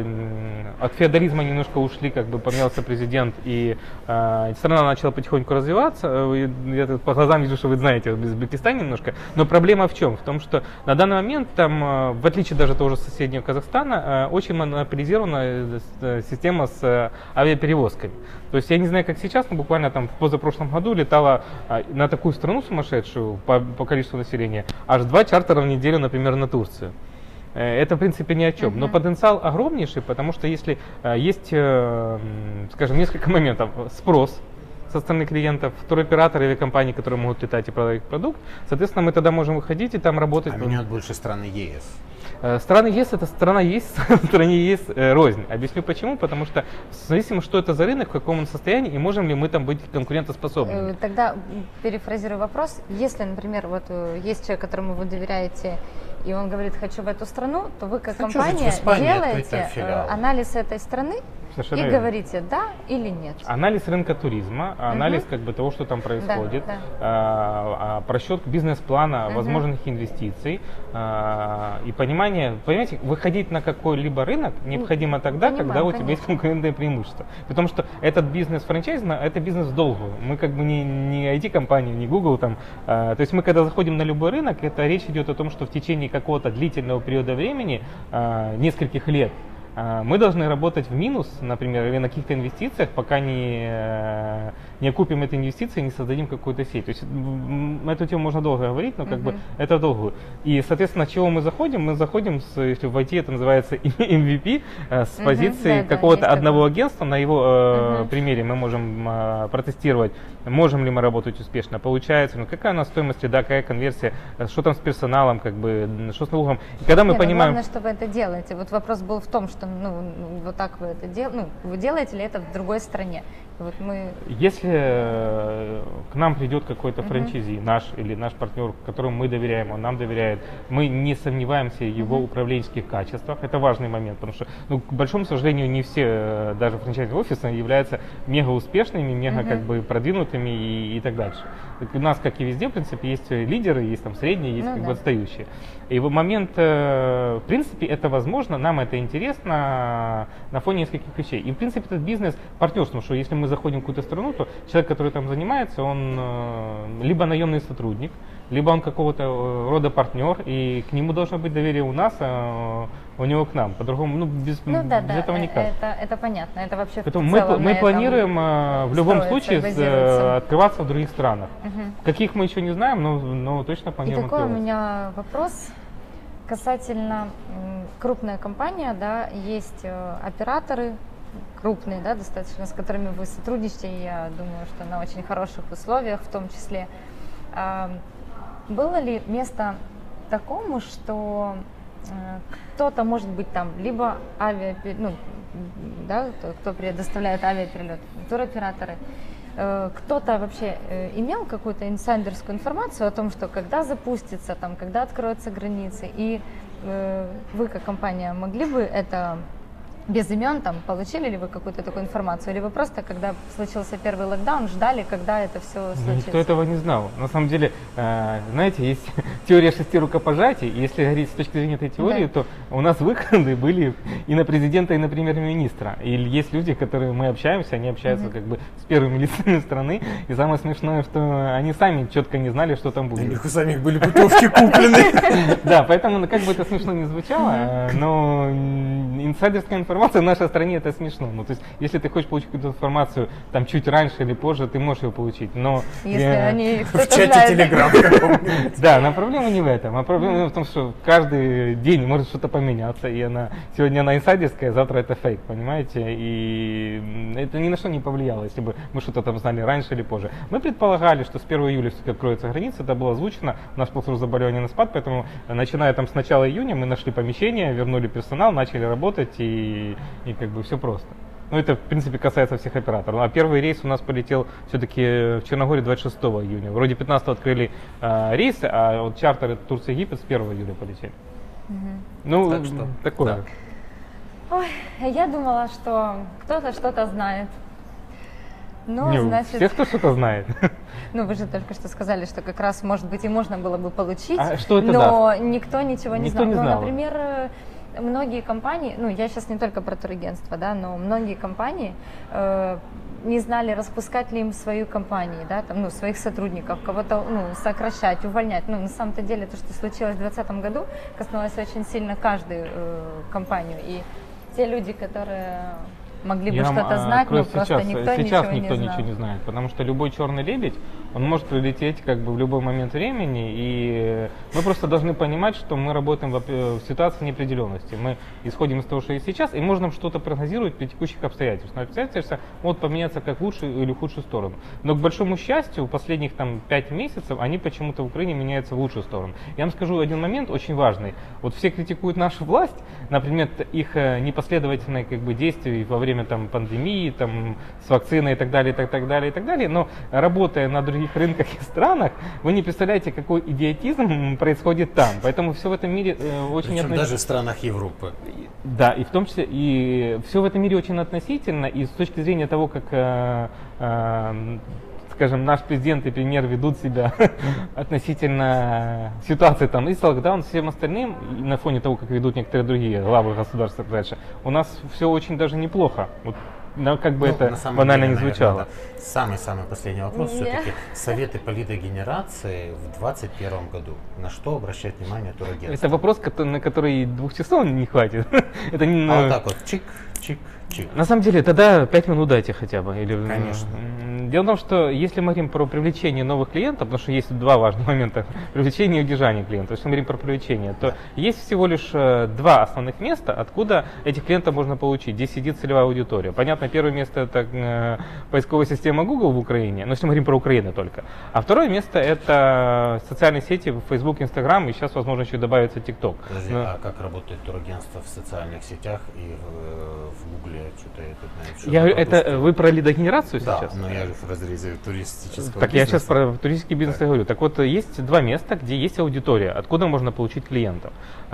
от феодализма немножко ушли, как бы поменялся президент, и страна начала потихоньку развиваться. Я тут по глазам вижу, что вы знаете об Узбекистане немножко. Но проблема в чем? В том, что на данный момент там, в отличие даже того же соседнего Казахстана, очень монополизирована система с авиаперевозками. То есть я не знаю, как сейчас, но буквально там в позапрошлом году летала на такую страну сумасшедшую по количеству населения аж 2 чартера в неделю, например, на Турцию. Это, в принципе, ни о чем. Но потенциал огромнейший, потому что если есть, скажем, несколько моментов. Спрос со стороны клиентов, туроператоры, авиакомпании, которые могут летать и продавать продукт, соответственно, мы тогда можем выходить и там работать. А меняют больше страны ЕС. Страны ЕС — это страна есть, в стране есть рознь. Объясню почему. Потому что зависимо, что это за рынок, в каком он состоянии, и можем ли мы там быть конкурентоспособными. Тогда перефразирую вопрос. Если, например, вот есть человек, которому вы доверяете, и он говорит, хочу в эту страну, то вы как Хочу компания жить в Испании, делаете открыть там филиал. анализ этой страны Совершенно и верно. говорите да или нет. Анализ рынка туризма, анализ как бы того, что там происходит, просчет бизнес-плана, возможных инвестиций и понимание, понимаете, выходить на какой-либо рынок необходимо тогда, Понимаю, когда у тебя конечно. есть конкурентное преимущество. Потому что этот бизнес франчайзинга, это бизнес в долгую. Мы как бы не IT-компания, не Google там. То есть мы когда заходим на любой рынок, это речь идет о том, что в течение какого-то длительного периода времени, нескольких лет, мы должны работать в минус, например, или на каких-то инвестициях, пока не окупим эти инвестиции, не создадим какую-то сеть. То есть эту тему можно долго говорить, но как бы это в долгую. И, соответственно, с чего мы заходим? Мы заходим, если в IT это называется MVP, с позиции да, какого-то есть одного такое. агентства. На его примере мы можем протестировать, можем ли мы работать успешно, получается, ну, какая у нас стоимость, да, какая конверсия, что там с персоналом, как бы, что с налогом. И когда мы понимаем... Главное, что вы это делаете. Вот вопрос был в том, что вот так вы это делаете, вы делаете ли это в другой стране? И вот мы... Если к нам придет какой-то франчайзи, наш или наш партнер, которому мы доверяем, он нам доверяет, мы не сомневаемся в его управленческих качествах. Это важный момент, потому что, ну, к большому сожалению, не все, даже франчайзинговые офисы, являются мега успешными, мега как бы продвинутыми и так дальше. У нас, как и везде, в принципе, есть лидеры, есть там средние, есть как бы отстающие. И в момент, в принципе, это возможно, нам это интересно на фоне нескольких вещей. И, в принципе, этот бизнес партнерство, что если мы заходим в какую-то страну, то человек, который там занимается, он либо наемный сотрудник, либо он какого-то рода партнер, и к нему должно быть доверие у нас, а у него к нам. По-другому, ну, без этого никак. Это понятно. Это вообще Поэтому в целом мы планируем в любом строится, случае базируется. открываться в других странах. Каких мы еще не знаем, но точно И планируем такой у открываться. меня вопрос касательно крупная компания, да, есть операторы крупные, да, достаточно, с которыми вы сотрудничаете, и я думаю, что на очень хороших условиях в том числе. Было ли место такому, что кто-то, может быть, там, либо да, кто предоставляет авиаперелет, туроператоры, кто-то вообще имел какую-то инсайдерскую информацию о том, что когда запустится, там, когда откроются границы, и вы как компания могли бы это без имен, там, получили ли вы какую-то такую информацию, или вы просто, когда случился первый локдаун, ждали, когда это все случится? Никто этого не знал. На самом деле, знаете, есть теория 6 рукопожатий, и если говорить с точки зрения этой теории, то у нас выходы были и на президента, и на премьер-министра. И есть люди, которые мы общаемся, они общаются как бы с первыми лицами страны, и самое смешное, что они сами четко не знали, что там У будет. них у самих были путевки куплены. Да, поэтому, как бы это смешно не звучало, но инсайдерская информация в нашей стране это смешно. Ну, то есть, если ты хочешь получить какую-то информацию там чуть раньше или позже, ты можешь ее получить. Но если они В чате Телеграм каком-нибудь. да, но проблема не в этом, а проблема в том, что каждый день может что-то поменяться, и сегодня она инсайдерская, завтра это фейк, понимаете, и это ни на что не повлияло, если бы мы что-то там знали раньше или позже. Мы предполагали, что с 1 июля все-таки откроются границы, это было озвучено, наш плохой заболевания на спад, поэтому начиная там с начала июня мы нашли помещение, вернули персонал, начали работать, и как бы все просто. Ну, это, в принципе, касается всех операторов. А первый рейс у нас полетел все-таки в Черногории 26 июня. Вроде 15 открыли рейсы, а вот чартеры Турция-Египет с 1 июля полетели. Ну, Так что, такое. да. Ой, я думала, что кто-то что-то знает. Ну, Не, значит, все, кто что-то знает. ну вы же только что сказали, что как раз, может быть, и можно было бы получить, А что это но никто ничего не Никто знал. не Ну, знал. например, многие компании, ну я сейчас не только про турагентство, да, но многие компании не знали, распускать ли им свою компанию, да, там, ну, своих сотрудников, кого-то, ну, сокращать, увольнять. Ну, на самом-то деле, то, что случилось в 2020 году, коснулось очень сильно каждую компанию. И те люди, которые могли бы Я вам что-то знать, но открою просто сейчас, никто сейчас ничего никто не знал. ничего не знает, потому что любой черный лебедь, он может прилететь как бы в любой момент времени, и мы просто должны понимать, что мы работаем в ситуации неопределенности. Мы исходим из того, что есть сейчас, и можно что-то прогнозировать при текущих обстоятельствах. Но обстоятельства могут поменяться как в лучшую или в худшую сторону. Но, к большому счастью, последних там 5 месяцев они почему-то в Украине меняются в лучшую сторону. Я вам скажу один момент очень важный. Вот все критикуют нашу власть, например, их непоследовательные как бы действия во время там пандемии, там с вакциной и так далее, и так далее, и так далее. Но работая на других рынках и странах, вы не представляете, какой идиотизм происходит там. Поэтому все в этом мире очень Причем даже в странах Европы. Да, и в том числе, и все в этом мире очень относительно, и с точки зрения того, как, скажем, наш президент и премьер ведут себя относительно ситуации там и с локдауном, с всем остальным, и на фоне того, как ведут некоторые другие главы государств и так дальше, у нас все очень даже неплохо. Вот, как бы Ну, это на самом банально деле, не наверное, звучало. да. Самый-самый последний вопрос Не. все-таки. Советы по лидогенерации в 2021 году. На что обращать внимание турагентство? Это вопрос, на который 2 часов не хватит. Это не, А вот так вот, чик, чик, чик. На самом деле, тогда 5 минут дайте хотя бы. Или, Конечно. Дело в том, что если мы говорим про привлечение новых клиентов, потому что есть 2 важных момента, привлечение и удержание клиентов, если мы говорим про привлечение, то есть всего лишь 2 основных места, откуда этих клиентов можно получить. Здесь сидит целевая аудитория. Понятно, первое место это поисковая система Google в Украине, но если мы говорим про Украину только. А второе место это социальные сети, Facebook, Instagram, и сейчас, возможно, еще добавится TikTok. Подожди, Но- а как работает турагентство в социальных сетях и в Гугле? Что-то я тут, наверное, что-то Я говорю, это пропустил. вы про лидогенерацию Да, сейчас? но я же в разрезе туристического Так я бизнеса. сейчас про туристический бизнес и говорю. Так вот, есть 2 места, где есть аудитория, откуда можно получить клиентов.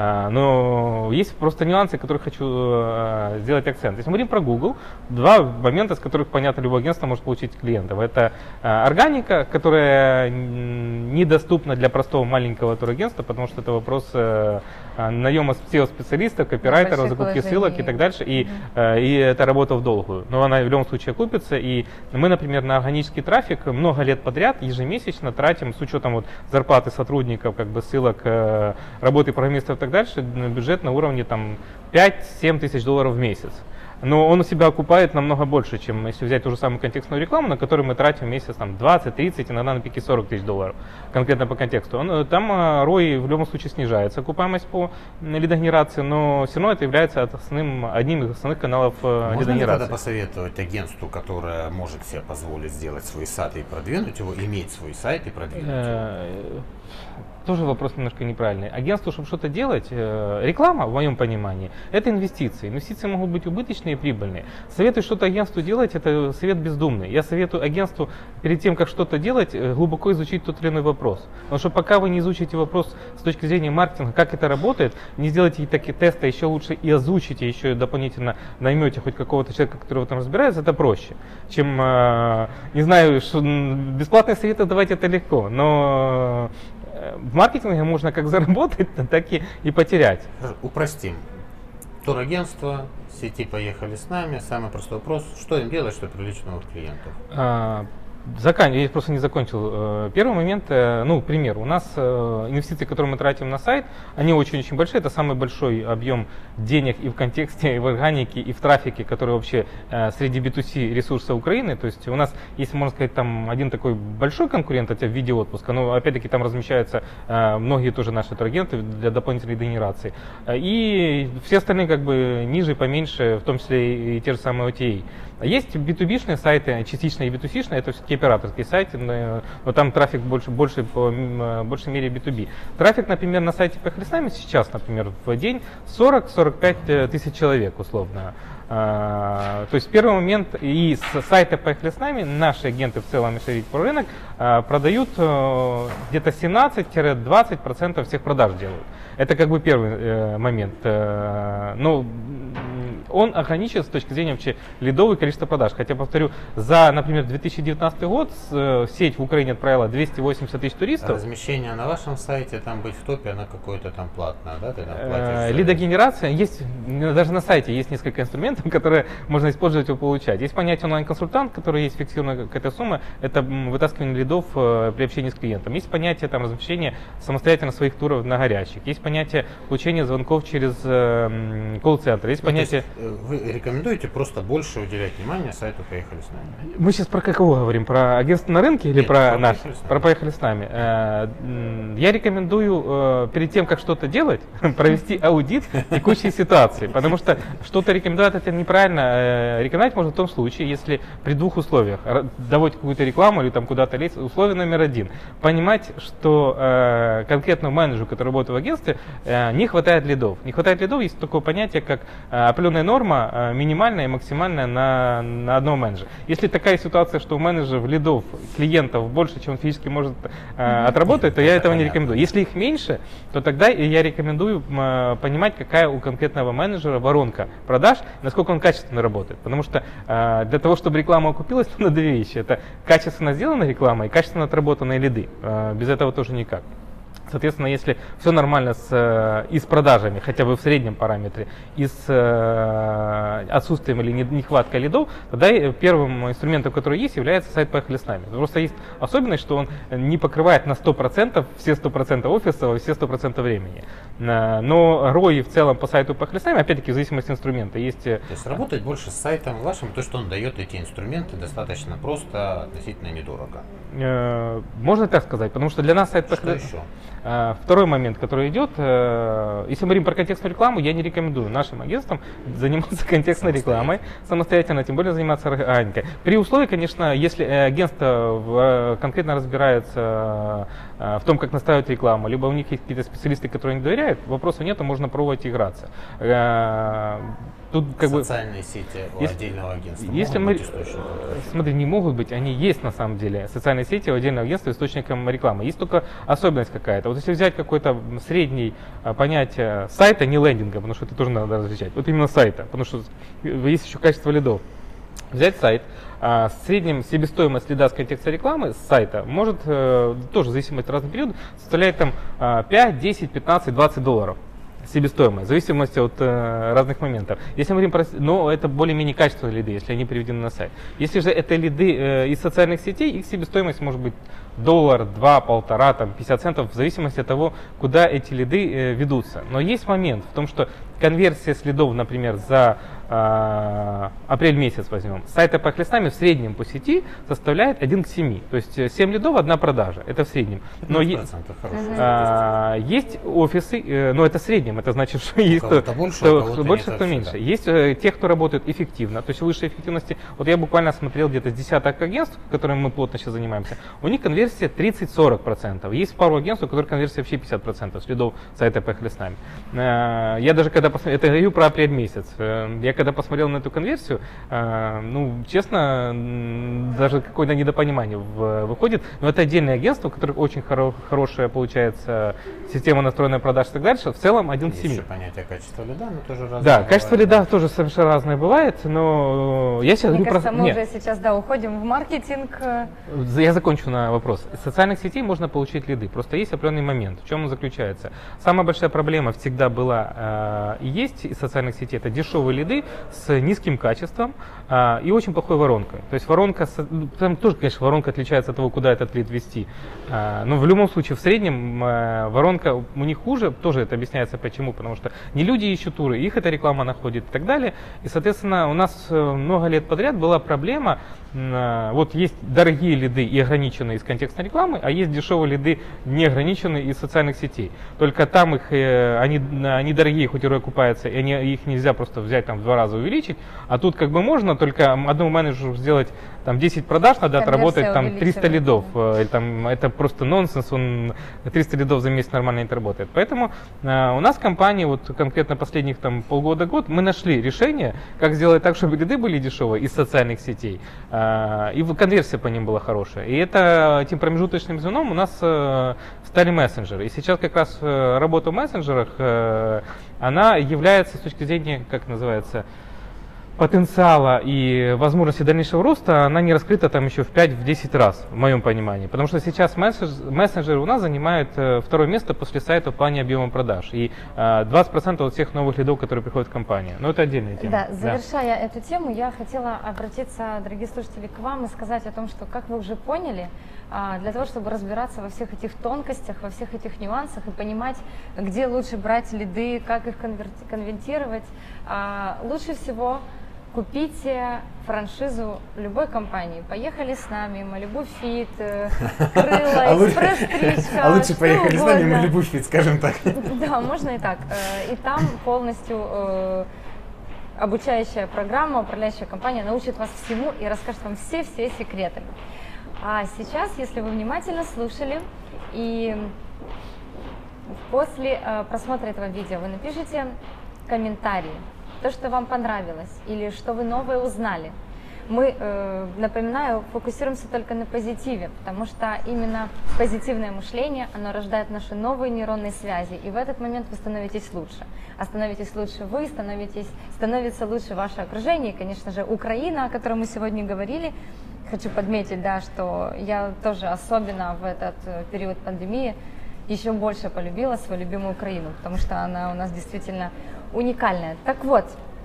Но есть просто нюансы, которые хочу сделать акцент. Если мы говорим про Google, 2 момента, с которых, понятно, любое агентство может получить клиентов. Это органика, которая недоступна для простого маленького турагентства, потому что это вопрос наема SEO-специалистов, копирайтеров, больших закупки вложений. ссылок и так дальше. И это работа в долгую. Но она в любом случае окупится. И мы, например, на органический трафик много лет подряд ежемесячно тратим, с учетом вот зарплаты сотрудников, как бы ссылок, работы программистов и так дальше, на бюджет на уровне там 5-7 тысяч долларов в месяц. Но он у себя окупает намного больше, чем если взять ту же самую контекстную рекламу, на которую мы тратим в месяц там, 20, 30, иногда на пике 40 тысяч долларов, конкретно по контексту. Там ROI в любом случае снижается, окупаемость по лидогенерации, но все равно это является одним из основных каналов Можно ли тогда лидогенерации. посоветовать агентству, которое может себе позволить сделать свой сайт и продвинуть его, иметь свой сайт и продвинуть его? Тоже вопрос немножко неправильный. Агентству, чтобы что-то делать, реклама, в моем понимании, это инвестиции. Инвестиции могут быть убыточные, динамичные и прибыльные. Советую что-то агентству делать, это совет бездумный. Я советую агентству перед тем, как что-то делать, глубоко изучить тот или иной вопрос. Потому что пока вы не изучите вопрос с точки зрения маркетинга, как это работает, не сделаете такие тесты, еще лучше и озвучите, еще и дополнительно наймете хоть какого-то человека, который в этом разбирается, это проще, чем, не знаю, бесплатные советы давать это легко, но в маркетинге можно как заработать, так и потерять. Упростим. Турагентство, сети «Поехали с нами». Самый простой вопрос, что им делать, чтобы привлечь новых клиентов? Я просто не закончил. Первый момент, к примеру, у нас инвестиции, которые мы тратим на сайт, они очень-очень большие. Это самый большой объем денег и в контексте, и в органике, и в трафике, который вообще среди B2C ресурса Украины. То есть у нас есть, можно сказать, там один такой большой конкурент, это в виде отпуска, но опять-таки там размещаются многие тоже наши турагенты для дополнительной генерации. И все остальные как бы ниже, поменьше, в том числе и те же самые OTA. Есть B2B-шные сайты, частично и B2C-шные, это все-таки операторские сайты, но там трафик больше по большей мере B2B. Трафик, например, на сайте «Поехали с нами» сейчас, например, в день 40-45 тысяч человек условно. То есть первый момент, и с сайта «Поехали с нами» наши агенты в целом, если видеть про рынок, продают где-то 17-20% всех продаж делают. Это как бы первый момент. Но он ограничен с точки зрения вообще лидов и количества продаж. Хотя, повторю, за, например, 2019 год сеть в Украине отправила 280 тысяч туристов. Размещение на вашем сайте, там быть в топе, она какое-то там платное, да? Ты там платишь. Лидогенерация, есть, даже на сайте есть несколько инструментов, которые можно использовать и получать. Есть понятие онлайн-консультант, который есть фиксированная какая-то сумма, это вытаскивание лидов при общении с клиентом. Есть понятие там размещения самостоятельно своих туров на горячих. Есть понятие получения звонков через колл-центр. Есть понятие... Вы рекомендуете просто больше уделять внимание сайту «Поехали с нами»? Мы сейчас про кого говорим? Про агентство на рынке или Нет, про наш? Про «Поехали с нами». Я рекомендую перед тем, как что-то делать, провести аудит текущей ситуации. Потому что что-то рекомендовать это неправильно. Рекомендовать можно в том случае, если при двух условиях. Давать какую-то рекламу или там куда-то лезть. Условие номер один. Понимать, что конкретному менеджеру, который работает в агентстве, не хватает лидов. Не хватает лидов, есть такое понятие, как определенная норма минимальная и максимальная на одного менеджера. Если такая ситуация, что у менеджеров лидов, клиентов больше, чем он физически может отработать, то я этого не рекомендую. Если их меньше, то тогда я рекомендую понимать, какая у конкретного менеджера воронка продаж, насколько он качественно работает. Потому что для того, чтобы реклама окупилась, надо две вещи. Это качественно сделанная реклама и качественно отработанные лиды. Без этого тоже никак. Соответственно, если все нормально и с продажами, хотя бы в среднем параметре, и с отсутствием или нехваткой лидов, тогда первым инструментом, который есть, является сайт «Поехали с нами». Просто есть особенность, что он не покрывает на 100% все 100% офиса и все 100% времени. Но ROI в целом по сайту «Поехали с нами», опять-таки в зависимости от инструмента. То есть работать больше с сайтом вашим, то, что он дает эти инструменты, достаточно просто, относительно недорого. Можно так сказать, потому что для нас сайт «Поехали». Что еще? Второй момент, который идет, если мы говорим про контекстную рекламу, я не рекомендую нашим агентствам заниматься контекстной рекламой самостоятельно, тем более заниматься органикой. При условии, конечно, если агентство конкретно разбирается в том, как настраивать рекламу, либо у них есть какие-то специалисты, которые не доверяют, вопросов нет, можно пробовать играться. Тут как социальные сети у отдельного агентства если могут быть источником? Смотри, не могут быть, они есть на самом деле. Социальные сети у отдельного агентства источником рекламы. Есть только особенность какая-то. Вот если взять какое-то среднее понятие сайта, не лендинга, потому что это тоже надо различать, вот именно сайта, потому что есть еще качество лидов. Взять сайт, в среднем себестоимость лида с контекста рекламы с сайта может, тоже в зависимости от разных периодов, составляет там 5, 10, 15, 20 долларов. Себестоимость, в зависимости от разных моментов. Если мы говорим про... Но это более-менее качественные лиды, если они переведены на сайт. Если же это лиды из социальных сетей, их себестоимость может быть $1, $2, $1,5, там, 50 центов, в зависимости от того, куда эти лиды ведутся. Но есть момент в том, что конверсия с лидов, например, за апрель месяц возьмем, с сайта «Поехали с нами» в среднем по сети составляет 1 к 7. То есть 7 лидов, 1 продажа. Это в среднем. Но есть офисы, но это в среднем. Это значит, что есть кто больше, кто меньше. Есть те, кто работает эффективно, то есть высшей эффективности. Вот я буквально смотрел где-то с десяток агентств, которыми мы плотно сейчас занимаемся. У них конверсия 30-40%. Есть пару агентств, у которых конверсия вообще 50% с лидов сайта «Поехали с нами». Я даже когда посмотрел, это говорю про апрель месяц. Я когда посмотрел на эту конверсию, ну, честно, даже какое-то недопонимание выходит. Но это отдельное агентство, у которых очень хорошая, получается, система настроенная продаж и так дальше. В целом 1 к 7. Есть еще понятие качества лида, но тоже разное. Да, бывает, качество лида тоже совершенно разное бывает, но я сейчас Мне говорю кажется, про... мы Нет. уже сейчас, да, уходим в маркетинг. Я закончу на вопрос. Из социальных сетей можно получить лиды. Просто есть определенный момент. В чем он заключается? Самая большая проблема всегда была и есть из социальных сетей. Это дешевые лиды с низким качеством и очень плохой воронкой. То есть воронка, там тоже, конечно, воронка отличается от того, куда этот лид вести. Но в любом случае, в среднем воронка у них хуже. Тоже это объясняется почему. Потому что не люди ищут туры, их эта реклама находит и так далее. И, соответственно, у нас много лет подряд была проблема. Вот есть дорогие лиды и ограниченные из контекстной рекламы, а есть дешевые лиды неограниченные из социальных сетей. Только там их, они дорогие, хоть и окупаются, и их нельзя просто взять там в 2 раза увеличить, а тут как бы можно, только одному менеджеру сделать там 10 продаж, надо отработать там 300 лидов. Там, это просто нонсенс, он 300 лидов за месяц нормально не отработает. Поэтому у нас в компании, вот конкретно последних там полгода-год, мы нашли решение, как сделать так, чтобы лиды были дешевые из социальных сетей, и конверсия по ним была хорошая. И этим промежуточным звеном у нас стали мессенджеры. И сейчас как раз работа в мессенджерах, она является с точки зрения, как называется, потенциала и возможности дальнейшего роста, она не раскрыта там еще в 5-10 раз, в моем понимании. Потому что сейчас мессенджеры у нас занимают 2-е место после сайта в плане объема продаж. И 20% от всех новых лидов, которые приходят в компанию. Но это отдельная тема. Да, завершая эту тему, я хотела обратиться, дорогие слушатели, к вам и сказать о том, что, как вы уже поняли, для того, чтобы разбираться во всех этих тонкостях, во всех этих нюансах и понимать, где лучше брать лиды, как их конвертировать, лучше всего купите франшизу любой компании. Поехали с нами, Malibu Fit, Крыло, Экспресс-стричка. А лучше поехали с нами, Malibu Fit, скажем так. Да, можно и так. И там полностью обучающая программа, управляющая компания научит вас всему и расскажет вам все-все секреты. А сейчас, если вы внимательно слушали и после просмотра этого видео вы напишите комментарии, то, что вам понравилось или что вы новое узнали. Мы, напоминаю, фокусируемся только на позитиве, потому что именно позитивное мышление, оно рождает наши новые нейронные связи, и в этот момент вы становитесь лучше. А становитесь лучше вы, становится лучше ваше окружение, и, конечно же, Украина, о которой мы сегодня говорили. Хочу подметить, да, что я тоже особенно в этот период пандемии еще больше полюбила свою любимую Украину, потому что она у нас действительно уникальная. Так вот,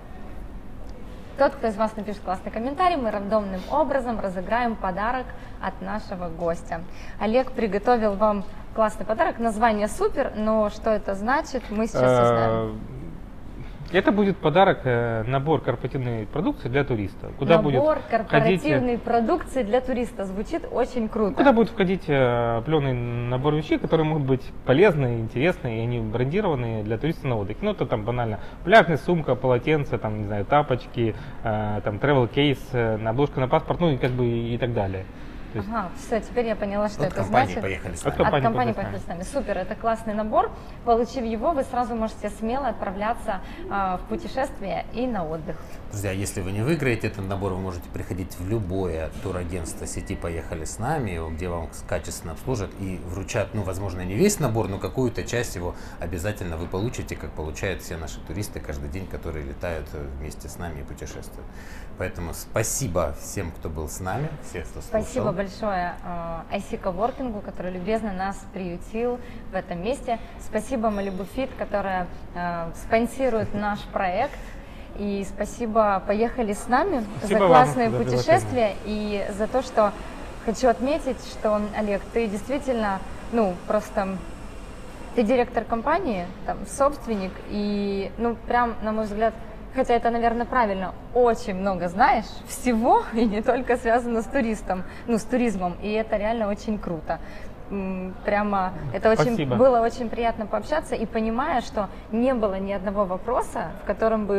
тот, кто из вас напишет классный комментарий, мы рандомным образом разыграем подарок от нашего гостя. Олег приготовил вам классный подарок, название супер, но что это значит, мы сейчас узнаем. Это будет подарок, набор корпоративной продукции для туриста. Куда набор корпоративной продукции для туриста. Звучит очень круто. Куда будет входить определенный набор вещей, которые могут быть полезны, интересны, и они брендированные для туриста на отдыхе. Ну, это там банально пляжная сумка, полотенце, там, не знаю, тапочки, там, travel case, обложка на паспорт, ну, и как бы и так далее. Ага, все, теперь я поняла, что от это компании значит. Поехали с нами. От компании поехали с нами. Супер, это классный набор. Получив его, вы сразу можете смело отправляться в путешествие и на отдых. Друзья, если вы не выиграете этот набор, вы можете приходить в любое турагентство сети «Поехали с нами», где вам качественно обслужат и вручат, ну, возможно, не весь набор, но какую-то часть его обязательно вы получите, как получают все наши туристы каждый день, которые летают вместе с нами и путешествуют. Поэтому спасибо всем, кто был с нами, всех, кто слушал. Спасибо большое IC Coworking, который любезно нас приютил в этом месте. Спасибо Malibu Fit, которая спонсирует наш проект. И спасибо «Поехали с нами» за классные путешествия и за то, что хочу отметить, что, Олег, ты действительно, ну, просто ты директор компании, там, собственник и, ну, прям, на мой взгляд, хотя это, наверное, правильно, очень много знаешь всего, и не только связано с туристом, ну, с туризмом, и это реально очень круто. Прямо это очень, было очень приятно пообщаться, и понимая, что не было ни одного вопроса, в котором бы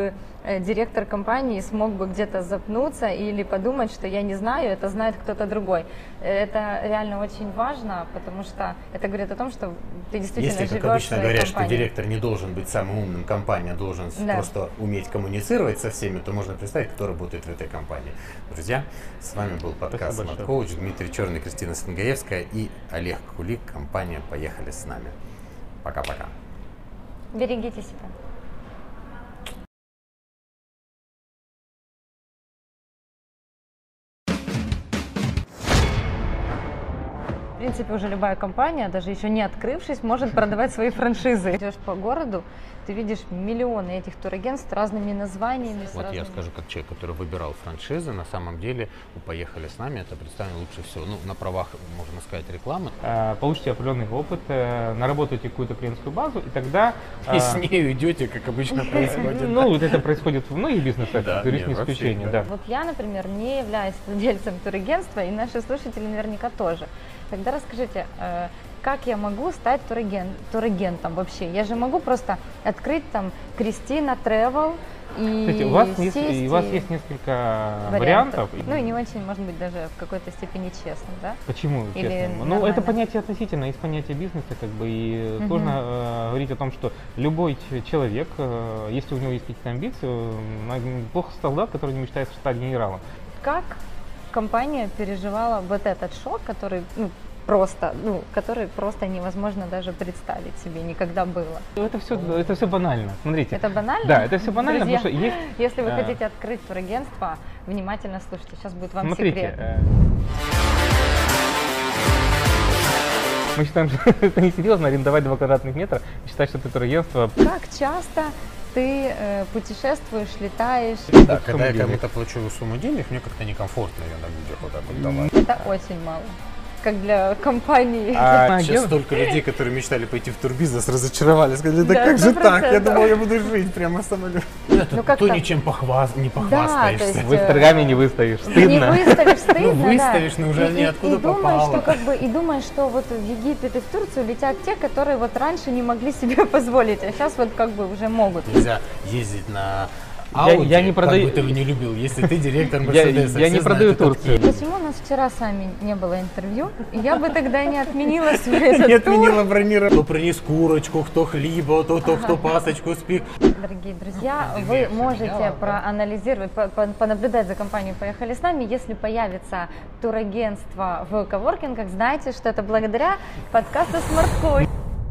директор компании смог бы где-то запнуться или подумать, что я не знаю, это знает кто-то другой. Это реально очень важно, потому что это говорит о том, что ты действительно Если, живешь как обычно в своей говорят, что компании. директор не должен быть самым умным в компании, а должен просто уметь коммуницировать со всеми, то можно представить, кто работает в этой компании. Друзья, с вами был подкаст Smart Coach, Дмитрий Черный, Кристина Сангаевская и Олег Кулик, компания «Поехали с нами». Пока-пока. Берегите себя. В принципе, уже любая компания, даже еще не открывшись, может продавать свои франшизы. Идешь по городу, ты видишь миллионы этих турагентств с разными названиями. Вот я скажу, как человек, который выбирал франшизы, на самом деле у «Поехали с нами» это представлено лучше всего. Ну, на правах, можно сказать, рекламы. Получите определенный опыт, наработаете какую-то клиентскую базу, и тогда... И с нею идете, как обычно происходит. Ну, это происходит в многих бизнесах, турист не исключение, да. Вот я, например, не являюсь владельцем турагентства, и наши слушатели наверняка тоже. Тогда расскажите, как я могу стать турагентом вообще? Я же могу просто открыть там Кристина Travel и Кстати, у вас есть несколько вариантов. Ну и не очень, может быть, даже в какой-то степени честно, да? Почему Или честно? Ну, нормально? это понятие относительно, есть понятие бизнеса, как бы, и сложно говорить о том, что любой человек, если у него есть какие-то амбиции, плохо солдат, который не мечтает стать генералом. Как компания переживала вот этот шок, который который просто невозможно даже представить себе, никогда было. Это все банально. Смотрите. Это банально? Да, это все банально, Друзья, потому что есть. Если вы хотите открыть турагентство, внимательно слушайте, сейчас будет вам Смотрите, секрет. Мы считаем, что это не серьезно арендовать 2 квадратных метра и считать, что это турагентство. Как часто ты путешествуешь, летаешь? Да, когда я кому-то плачу сумму денег, мне как-то некомфортно ее на людях вот так вот давать. Это очень мало. Как для компании. Сейчас столько людей, которые мечтали пойти в турбизнес, разочаровались, сказали, да как же 100%. так? Я думал, я буду жить прямо в самолете. как-то- ничем не то похвастаешься. есть, Вы в торгами не выставишь, Не стыдно. выставишь, стыдно, Ну, выставишь, да. но уже ниоткуда и думаешь, попало. и думаешь, что вот в Египет и в Турцию летят те, которые вот раньше не могли себе позволить, а сейчас вот как бы уже могут. Нельзя ездить на Audi, я не продаю- как бы ты его не любил, если ты директор Мерседеса. Я не продаю Турцию. Почему у нас вчера с вами не было интервью? Я бы тогда не отменила свой этот Не тур. отменила бронирование. Кто принес курочку, кто хлеба, кто пасочку спик. Дорогие друзья, вы можете проанализировать, понаблюдать за компанией «Поехали с нами». Если появится турагентство в коворкингах, знайте, что это благодаря подкасту Smart Coach.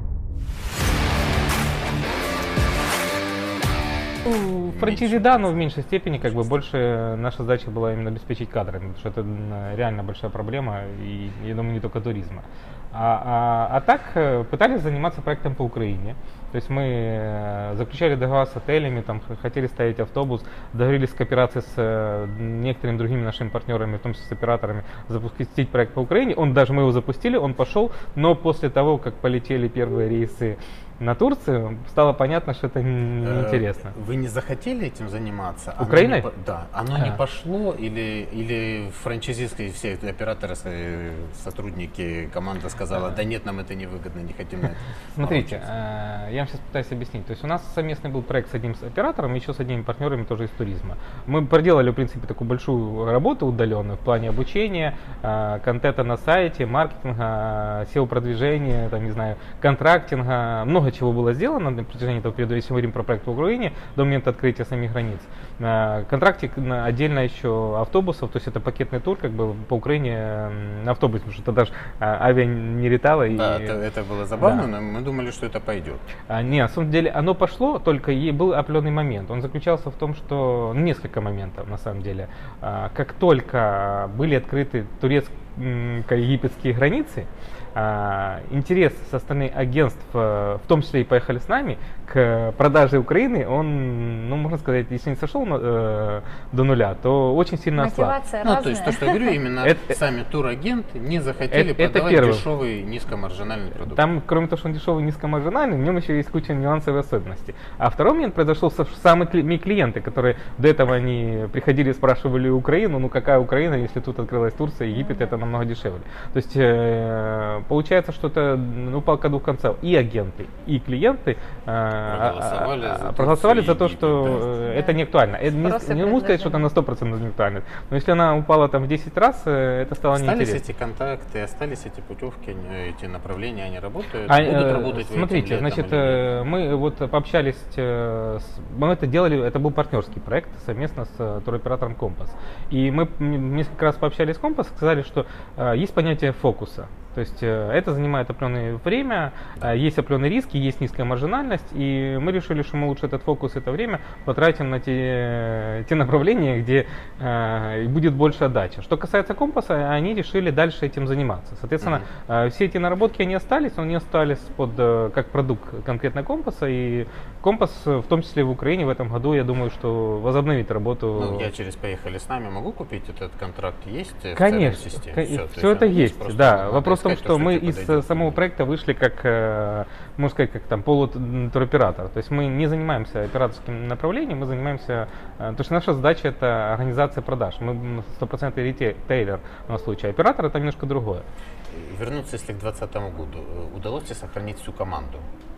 В франчайзи да, но в меньшей степени, как бы больше наша задача была именно обеспечить кадрами, потому что это реально большая проблема, и я думаю, не только туризма. А так пытались заниматься проектом по Украине. То есть мы заключали договор с отелями, там хотели ставить автобус, договорились в кооперации с некоторыми другими нашими партнерами, в том числе с операторами, запустить проект по Украине. Мы его запустили, он пошел, но после того, как полетели первые рейсы на Турцию, стало понятно, что это неинтересно. Вы не захотели этим заниматься? Украиной? Да. Оно не пошло или франчайзисты, все операторы, сотрудники, команда сказала, да нет, нам это невыгодно, не хотим на это. Смотрите, я вам сейчас пытаюсь объяснить. То есть у нас совместный был проект с одним оператором, еще с одними партнерами тоже из туризма. Мы проделали, в принципе, такую большую работу удаленную в плане обучения, контента на сайте, маркетинга, SEO-продвижения, там, не знаю, контрактинга, много чего было сделано на протяжении этого периода, если мы говорим про проект в Украине, до момента открытия самих границ. Контрактик отдельно еще автобусов, то есть это пакетный тур как бы по Украине на автобусе, потому что тогда же авиа не летала. Да, и... это было забавно, но мы думали, что это пойдет. Не, на самом деле оно пошло, только и был определенный момент. Он заключался в том, что несколько моментов на самом деле. Как только были открыты турецко-египетские границы, интерес со стороны агентств, в том числе и «Поехали с нами», к продаже Украины, он, можно сказать, если не сошел, довел до нуля, то очень сильно ослаб. Мотивация Ну, то есть то, разная. что я говорю, именно сами турагенты не захотели Это продавать первое. дешевый низкомаржинальный продукт. Там, кроме того, что он дешевый и низкомаржинальный, в нем еще есть куча нюансов и особенностей. А второй момент произошел со самыми клиенты, которые до этого они приходили и спрашивали Украину, ну какая Украина, если тут открылась Турция, Египет, это намного дешевле. То есть получается, что это палка двух концов. И агенты, и клиенты проголосовали за то, что это не актуально. Не могу сказать, что это на 100% не актуально. Но если она упала там в 10 раз, это стало Остались неинтересно. эти контакты, остались эти путевки, эти направления, они работают? А, Будут работать смотрите, этим летом значит, или нет? мы вот пообщались, мы это делали, это был партнерский проект совместно с туроператором Компас. И мы несколько раз пообщались с Компас, сказали, что есть понятие фокуса. То есть это занимает определенное время, есть определенные риски, есть низкая маржинальность, и мы решили, что мы лучше этот фокус, это время потратим на те направления, где будет больше отдачи. Что касается Компаса, они решили дальше этим заниматься. Соответственно, все эти наработки, они остались, но они остались как продукт конкретно Компаса, и Компас, в том числе в Украине в этом году, я думаю, что возобновит работу. Ну, я через «Поехали с нами» могу купить этот контракт? Есть в Конечно, системе? все это есть, просто да. надо Вопрос в том, искать что то, мы тебе из подойдет. самого проекта вышли как, можно сказать, как там полутуроператор. То есть мы не занимаемся операторским направлением, мы занимаемся, то что наша задача это организация продаж. Мы 100% ритейлер в нашем случае, а оператор это немножко другое. Вернуться, если к 2020 году, удалось ли сохранить всю команду?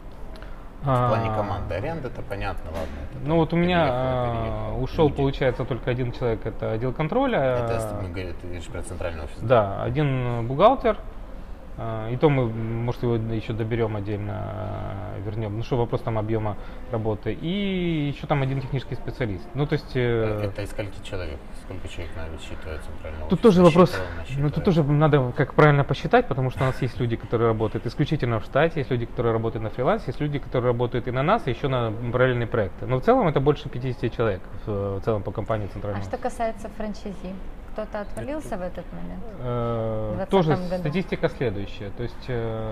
В плане команды. Аренда, это понятно, ладно. Это Ну вот у меня переехал. ушел, Люди. получается, только один человек, это отдел контроля. Это мы говорим, ты говоришь про центральный офис. Да, один бухгалтер. И то мы, может, его еще доберем отдельно, вернем. Ну что, вопрос там объема работы. И еще там один технический специалист. Ну, то есть... Это из скольки человек? Сколько человек насчитывает центральный офис? Тут тоже вопрос, Насчитывал? ну тут тоже надо как правильно посчитать, потому что у нас есть люди, которые работают исключительно в штате, есть люди, которые работают на фрилансе, есть люди, которые работают и на нас, и еще на параллельные проекты. Но в целом это больше 50 человек в целом по компании А центрального. что касается франчайзи, кто-то отвалился в этот момент? В 2020 Тоже году? статистика следующая. То есть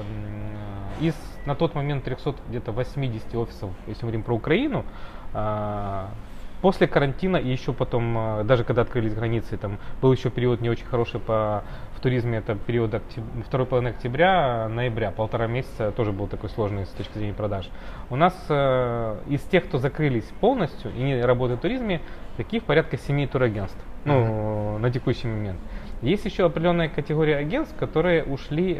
из на тот момент 380 офисов, если мы говорим про Украину, после карантина и еще потом, даже когда открылись границы, там был еще период не очень хороший в туризме, это период второй половины октября, ноября, 1,5 месяца тоже был такой сложный с точки зрения продаж. У нас из тех, кто закрылись полностью и не работают в туризме, таких порядка 7 турагентств, ну, на текущий момент. Есть еще определенная категория агентств, которые ушли,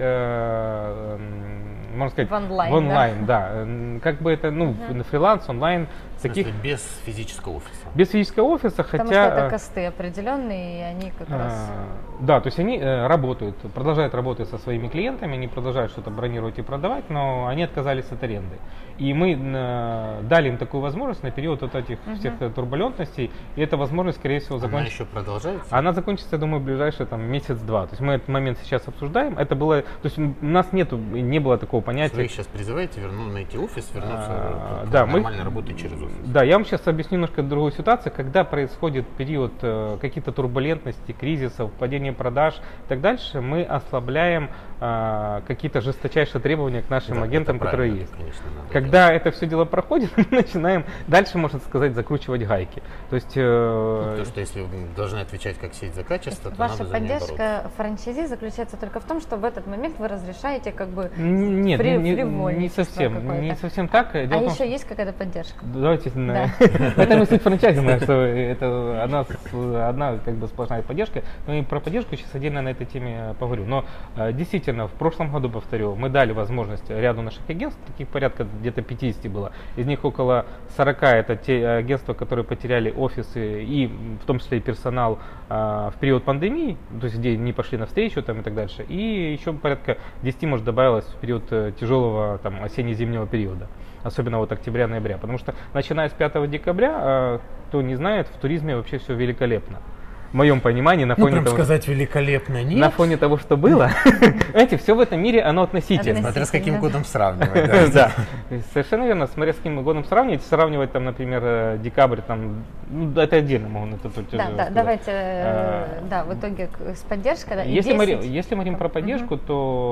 можно сказать, В онлайн, да. Как бы это, ну, на фриланс, онлайн, В таких смысле, без физического офиса? без физического офиса, Потому хотя... что это косты определенные, и они как раз... Да, то есть они работают, продолжают работать со своими клиентами, они продолжают что-то бронировать и продавать, но они отказались от аренды. И мы дали им такую возможность на период вот этих всех турбулентностей, и эта возможность, скорее всего, Она закончится. еще продолжается? Она закончится, я думаю, в ближайшие там месяц-два. То есть мы этот момент сейчас обсуждаем. Это было, то есть у нас не было такого понятия. Вы их сейчас призываете найти офис, вернуться к да, нормальной работе через офис? Да, я вам сейчас объясню немножко другую ситуацию. Когда происходит период каких-то турбулентностей, кризисов, падения продаж и так дальше, мы ослабляем какие-то жесточайшие требования к нашим Да, агентам, это которые правильно, есть. конечно, надо Когда это все дело проходит, мы начинаем дальше, можно сказать, закручивать гайки. То есть... Потому что если вы должны отвечать как сеть за качество, то Ваша надо за нее бороться. поддержка франчайзи заключается только в том, что в этот момент вы разрешаете как бы Нет, не фривольничество совсем, какое-то. не совсем так. Дело А в том, еще что- есть какая-то поддержка? Давайте, Да. в этом и суть франчайзинга, что это одна как бы сплошная поддержка. Но и про поддержку сейчас отдельно на этой теме поговорю. Но действительно, в прошлом году, повторю, мы дали возможность ряду наших агентств, таких порядка где-то 50 было. Из них около 40 это те агентства, которые потеряли офисы и в том числе и персонал в период пандемии, то есть где не пошли навстречу там, и так дальше. И еще порядка 10, может, добавилось в период тяжелого там, осенне-зимнего периода. Особенно вот октября-ноября. Потому что начиная с 5 декабря, кто не знает, в туризме вообще все великолепно. В моем понимании, на Ну, фоне прям того, сказать великолепно нет. на фоне того, что было, знаете, все в этом мире, оно относительно. Смотря с каким Относительно. годом сравнивать. Да, совершенно верно. Смотря с каким годом сравнивать там, например, декабрь, там, ну, это отдельно могу это тут Да, сказать. давайте, да, в итоге с поддержкой. Да, и Если мы 10. говорим про поддержку, то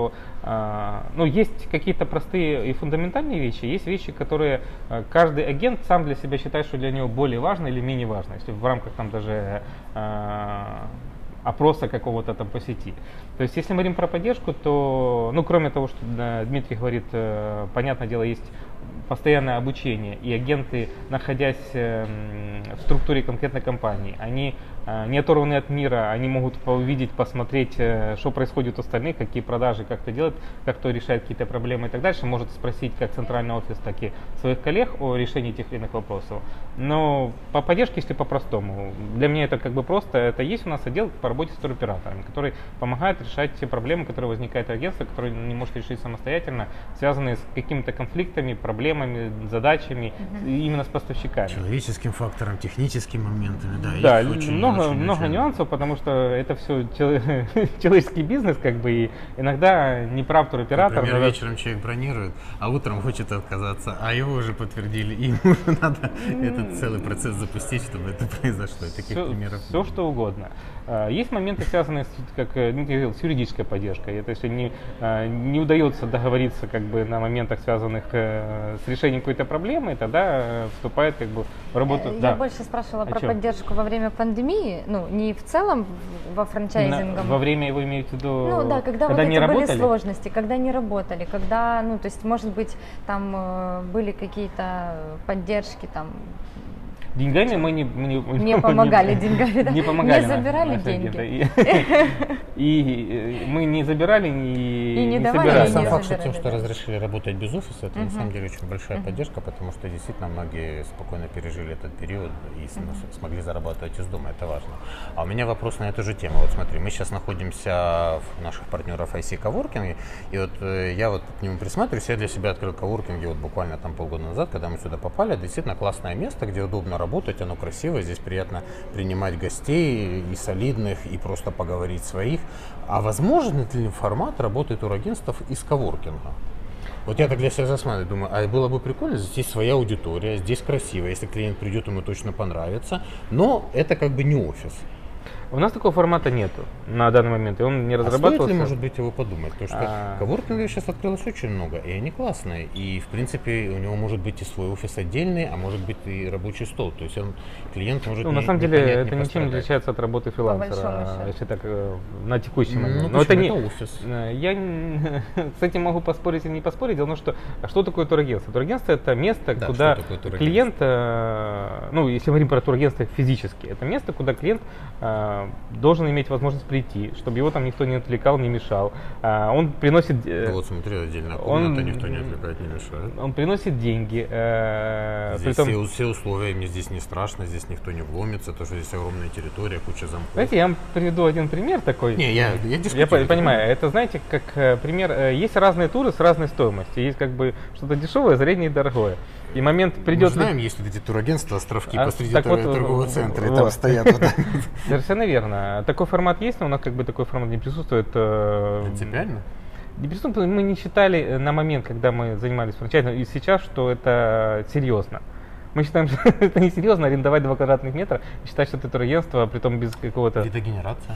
Ну, есть какие-то простые и фундаментальные вещи, есть вещи, которые каждый агент сам для себя считает, что для него более важно или менее важно, если в рамках там даже опроса какого-то там по сети. То есть, если мы говорим про поддержку, то, ну, кроме того, что Дмитрий говорит, понятное дело, есть постоянное обучение, и агенты, находясь в структуре конкретной компании, они не оторваны от мира, они могут увидеть, посмотреть, что происходит у остальных, какие продажи, как это делать, как кто решает какие-то проблемы и так дальше, может спросить как центральный офис, так и своих коллег о решении тех или иных вопросов. Но по поддержке, если по-простому, для меня это как бы просто, это есть у нас отдел по работе с туроператорами, который помогает решать те проблемы, которые возникают в агентстве, которые не может решить самостоятельно, связанные с какими-то конфликтами, проблемами, задачами, именно с поставщиками. Человеческим фактором, техническими моментами, да. Да, их очень много нюансов, потому что это все человеческий бизнес, как бы, и иногда не прав туроператор. Например, вечером человек бронирует, а утром хочет отказаться, а его уже подтвердили, и ему уже надо этот целый процесс запустить, чтобы это произошло. И таких примеров все что угодно. Есть моменты, связанные с, как Дмитрий говорил, с юридической поддержкой. Это если не удается договориться как бы на моментах, связанных с решением какой-то проблемы, тогда вступает как бы в работу. Я больше спрашивала про поддержку во время пандемии, ну не в целом во франчайзинге. Во время, вы имеете в виду, ну да, когда вот не эти работали? Были сложности, когда не работали, когда, ну то есть может быть там были какие-то поддержки там. Деньгами мы не помогали деньгами, да? Не помогали. Не забирали деньги. И мы не забирали, и не собирали. давали. Сам факт, что тем, что разрешили работать без офиса, это на самом деле очень большая поддержка, потому что действительно многие спокойно пережили этот период и смогли зарабатывать из дома, это важно. А у меня вопрос на эту же тему. Вот смотри, мы сейчас находимся в наших партнеров IC Coworking, и вот я вот к нему присматриваюсь, я для себя открыл коворкинги вот буквально там полгода назад, когда мы сюда попали, действительно классное место, где удобно работать, оно красивое, здесь приятно принимать гостей и солидных, и просто поговорить своих. А возможен ли формат работы турагентств из коворкинга? Вот я так для себя засматриваю, думаю, а было бы прикольно, здесь своя аудитория, здесь красиво, если клиент придет, ему точно понравится, но это как бы не офис. У нас такого формата нету на данный момент, и он не разрабатывался. А стоит ли, может быть, его подумать? Потому что коворкингов сейчас открылось очень много, и они классные. И, в принципе, у него может быть и свой офис отдельный, а может быть и рабочий стол. То есть клиент может на самом деле это ничем не отличается от работы фрилансера, если так на текущий момент. Но это не офис. Я с этим могу поспорить или не поспорить. Дело в том, что такое турагентство? Турагентство — это место, куда клиент, ну, если мы говорим про турагентство физически, это место, куда клиент должен иметь возможность прийти, чтобы его там никто не отвлекал, не мешал. Он приносит... Вот смотри, отдельная комната, никто не отвлекает, не мешает. Он приносит деньги. Здесь все условия, мне здесь не страшно, здесь никто не вломится, то, что здесь огромная территория, куча замков. Знаете, я вам приведу один пример такой. Не, я понимаю, это, знаете, как пример, есть разные туры с разной стоимостью. Есть как бы что-то дешевое, среднее и дорогое. И момент придет... Мы знаем, есть вот эти турагентства, островки посреди торгового центра, и там стоят вот так. Совершенно верно. Такой формат есть, но у нас как бы такой формат не присутствует. Принципиально? Не присутствует, мы не считали на момент, когда мы занимались франчайзингом, и сейчас, что это серьезно. Мы считаем, что это не серьезно арендовать 2 квадратных метра и считать, что это турагентство, притом без какого-то... Лидогенерация.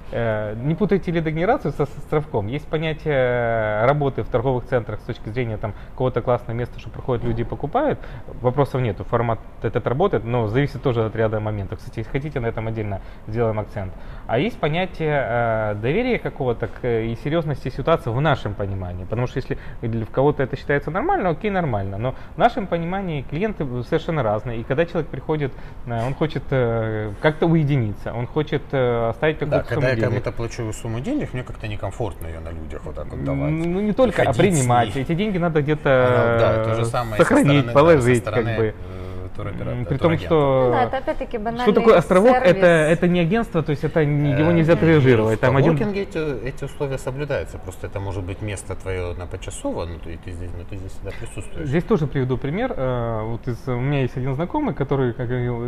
Не путайте лидогенерацию со островком. Есть понятие работы в торговых центрах с точки зрения там какого-то классного места, что приходят люди и покупают. Вопросов нету, формат этот работает, но зависит тоже от ряда моментов. Кстати, если хотите, на этом отдельно сделаем акцент. А есть понятие доверия какого-то и серьезности ситуации в нашем понимании. Потому что если в кого-то это считается нормально, окей, нормально. Но в нашем понимании клиенты совершенно разные. И когда человек приходит, он хочет как-то уединиться, он хочет оставить какую-то сумму денег. Когда я кому-то плачу сумму денег, мне как-то некомфортно ее на людях вот так вот давать. Ну не только, а принимать. Эти деньги надо где-то сохранить, положить, как бы. При том, что, да, это опять-таки банальный что такое островок, сервис. это не агентство, то есть это его нельзя триажировать. В коворкинге эти условия соблюдаются, просто это может быть место твое на почасово, но ты здесь всегда присутствуешь. Здесь тоже приведу пример. Вот у меня есть один знакомый, который, как говорил,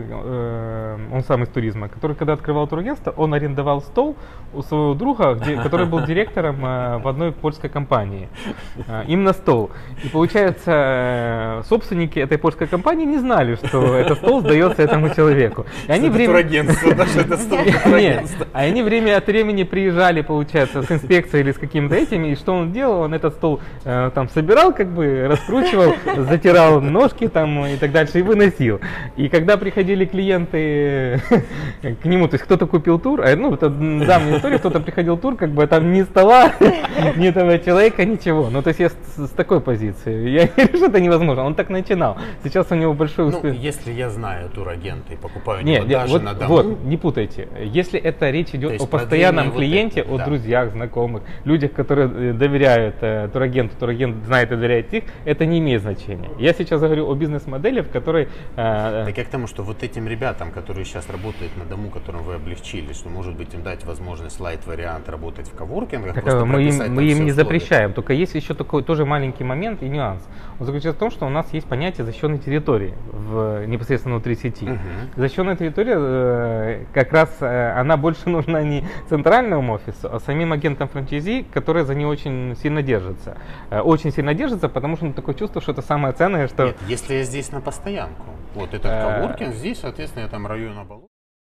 он сам из туризма, который когда открывал турагентство, он арендовал стол у своего друга, который был директором в одной польской компании. Именно стол. И получается, собственники этой польской компании не знали, условии, что этот стол сдается этому человеку. И они турагентство, да, что это стол турагентства. А они время от времени приезжали, получается, с инспекцией или с каким-то этим, и что он делал? Он этот стол там собирал, как бы раскручивал, затирал ножки там и так дальше, и выносил. И когда приходили клиенты к нему, то есть кто-то купил тур, ну, это давняя история, кто-то приходил тур, как бы там ни стола, ни этого человека, ничего. Ну, то есть я с такой позиции. Я говорю, что это невозможно. Он так начинал. Сейчас у него большой успех. Ну, если я знаю турагента и покупаю у Нет, него даже вот, на дому. вот, не путайте. Если это речь идет о постоянном клиенте, вот о да. друзьях, знакомых, людях, которые доверяют турагенту, турагент знает и доверяет их, это не имеет значения. Я сейчас говорю о бизнес-модели, в которой... Так я к тому, что вот этим ребятам, которые сейчас работают на дому, которым вы облегчили, что, может быть, им дать возможность лайт-вариант работать в коворкингах, мы им не запрещаем, только есть еще такой тоже маленький момент и нюанс. Он заключается в том, что у нас есть понятие защищенной территории непосредственно внутри сети. Защищенная территория, как раз она больше нужна не центральному офису, а самим агентам франчайзи, которые за нее очень сильно держатся. Очень сильно держатся, потому что такое чувство, что это самое ценное, что... Нет, если я здесь на постоянку, вот этот коворкинг, здесь, соответственно, я там район оболочки,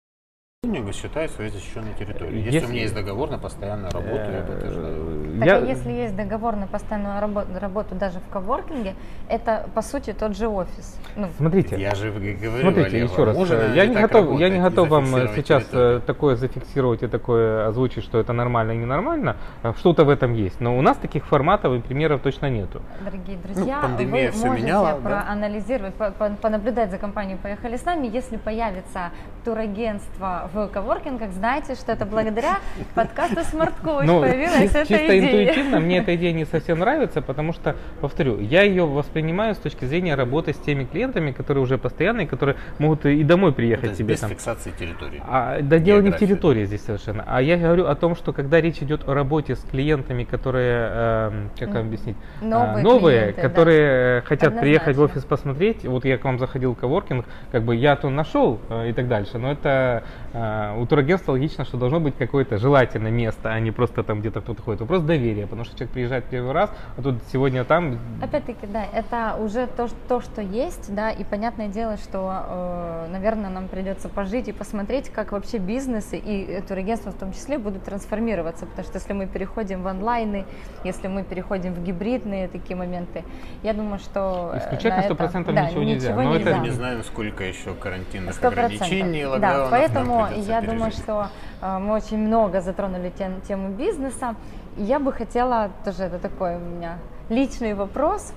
считаю своей защищенной территорией. Если у меня есть договор на постоянную работу, я подтверждаю. Так, а если есть договор на постоянную работу даже в коворкинге, это по сути тот же офис. Ну, смотрите, я же говорю, смотрите, Валера, еще раз, я не готов вам сейчас территорию. такое зафиксировать и такое озвучить, что это нормально и ненормально. Что-то в этом есть, но у нас таких форматов и примеров точно нету. Дорогие друзья, пандемия вы все можете меняла, проанализировать, понаблюдать за компанией «Поехали с нами». Если появится турагентство в коворкингах, знайте, что это благодаря подкасту Smart Coach появилась эта чисто идея. интуитивно мне эта идея не совсем нравится, потому что, повторю, я ее воспринимаю с точки зрения работы с теми клиентами, которые уже постоянные, которые могут и домой приехать себе без там. фиксации территории. Да, дело не в территории здесь совершенно. А я говорю о том, что когда речь идет о работе с клиентами, которые, как вам объяснить, новые клиенты, которые хотят приехать в Однозначно. офис посмотреть. Вот я к вам заходил в коворкинг, как бы я то нашел и так дальше, но это у турагентства логично, что должно быть какое-то желательное место, а не просто там где-то кто-то ходит. Вопрос доверия, потому что человек приезжает первый раз, а тут сегодня там. Опять-таки, да, это уже то, что есть, да, и понятное дело, что, наверное, нам придется пожить и посмотреть, как вообще бизнесы и турагентства в том числе будут трансформироваться, потому что если мы переходим в онлайны, если мы переходим в гибридные такие моменты, я думаю, что исключать на 100% да, ничего нельзя. Но Но это Мы не знаем, сколько еще карантинных 100%. ограничений, Да, локдаунов поэтому нам придется я думаю, пережить. что мы очень много затронули тему бизнеса. И я бы хотела, тоже это такой у меня личный вопрос.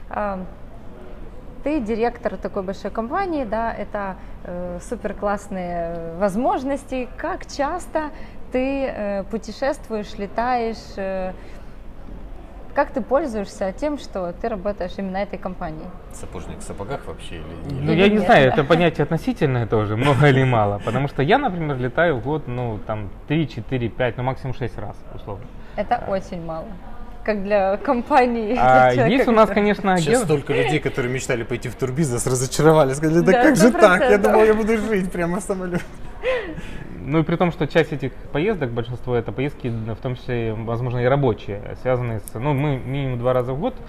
Ты директор такой большой компании, да, это супер классные возможности. Как часто ты путешествуешь, летаешь? Как ты пользуешься тем, что ты работаешь именно этой компанией? Сапожник в сапогах вообще или нет? Ну, я не знаю, это понятие относительное тоже, много или мало. Потому что я, например, летаю в год, ну, там, 3, 4, 5, ну, максимум 6 раз, условно. Это очень мало. Как для компании. А для человека, есть у нас, который- конечно, Сейчас столько людей, которые мечтали пойти в турбизнес, разочаровались, сказали, да Да, как же так? Я 100%. думал, я буду жить прямо в самолете. Ну и при том, что часть этих поездок, большинство это поездки, в том числе, возможно, и рабочие, связанные с... Ну, мы минимум 2 раза в год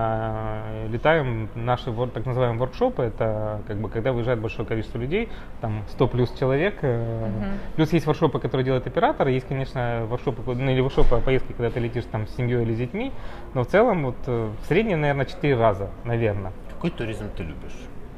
летаем наши так называемые воркшопы, это как бы когда выезжает большое количество людей, там 100 плюс человек, плюс есть воркшопы, которые делают операторы, есть, конечно, воркшопы, ну или воркшопы, поездки, когда ты летишь там с семьей или с детьми, но в целом вот в среднем, наверное, 4 раза, наверное. Какой туризм ты любишь?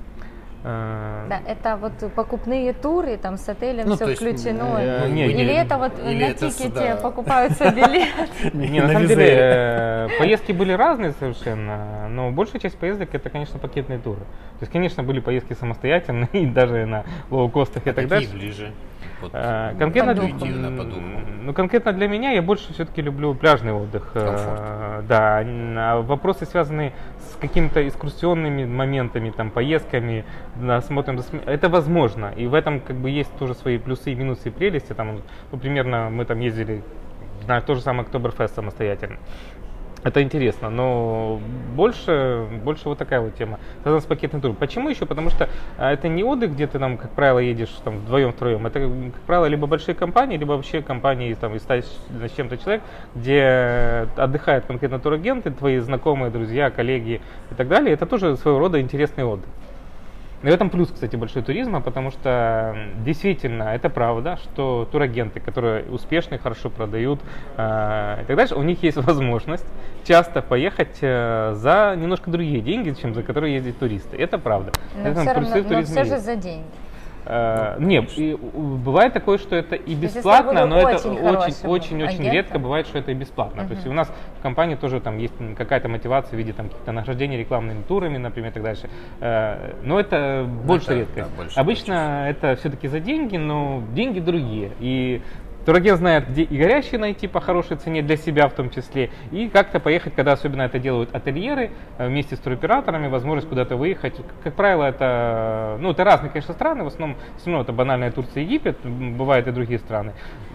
Да, это вот покупные туры, там с отелем Ну, все то есть, включено. не, Или не, это вот или на это тикете сюда. покупаются билет. Не, на На самом визе. деле, поездки были разные совершенно, но большая часть поездок это, конечно, пакетные туры. То есть, конечно, были поездки самостоятельные, и даже на лоукостах и так Какие дальше. ближе? Вот, Конкретно, интуитивно по духу. ну, конкретно для меня я больше все-таки люблю пляжный отдых. Комфорт. Да, а вопросы, связанные с какими-то экскурсионными моментами, там, поездками, да, смотрим, это возможно. И в этом как бы есть тоже свои плюсы, минусы и прелести. Там, ну, примерно мы там ездили на то же самое Октоберфест самостоятельно. Это интересно, но больше вот такая вот тема, связана с пакетным туром. Почему еще? Потому что это не отдых, где ты там, как правило, едешь там вдвоем-втроем. Это, как правило, либо большие компании, либо вообще компании там, из 100 с чем-то человек, где отдыхают конкретно турагенты, твои знакомые, друзья, коллеги и так далее. Это тоже своего рода интересный отдых. И в этом плюс, кстати, большой туризма, потому что действительно это правда, что турагенты, которые успешны, хорошо продают и так дальше, у них есть возможность часто поехать за немножко другие деньги, чем за которые ездят туристы. Это правда. Но все же за деньги. Нет, бывает такое, что это и бесплатно, но это очень редко бывает, что это и бесплатно. То есть у нас в компании тоже там есть какая-то мотивация в виде там каких-то награждений рекламными турами, например, и так дальше. Но это больше редко. Обычно это все-таки за деньги, но деньги другие. И турагент знает, где и горящие найти по хорошей цене для себя в том числе, и как-то поехать, когда особенно это делают ательеры вместе с туроператорами, возможность куда-то выехать. Как правило, это, это разные, конечно, страны, в основном все равно это банальная Турция и Египет, бывают и другие страны.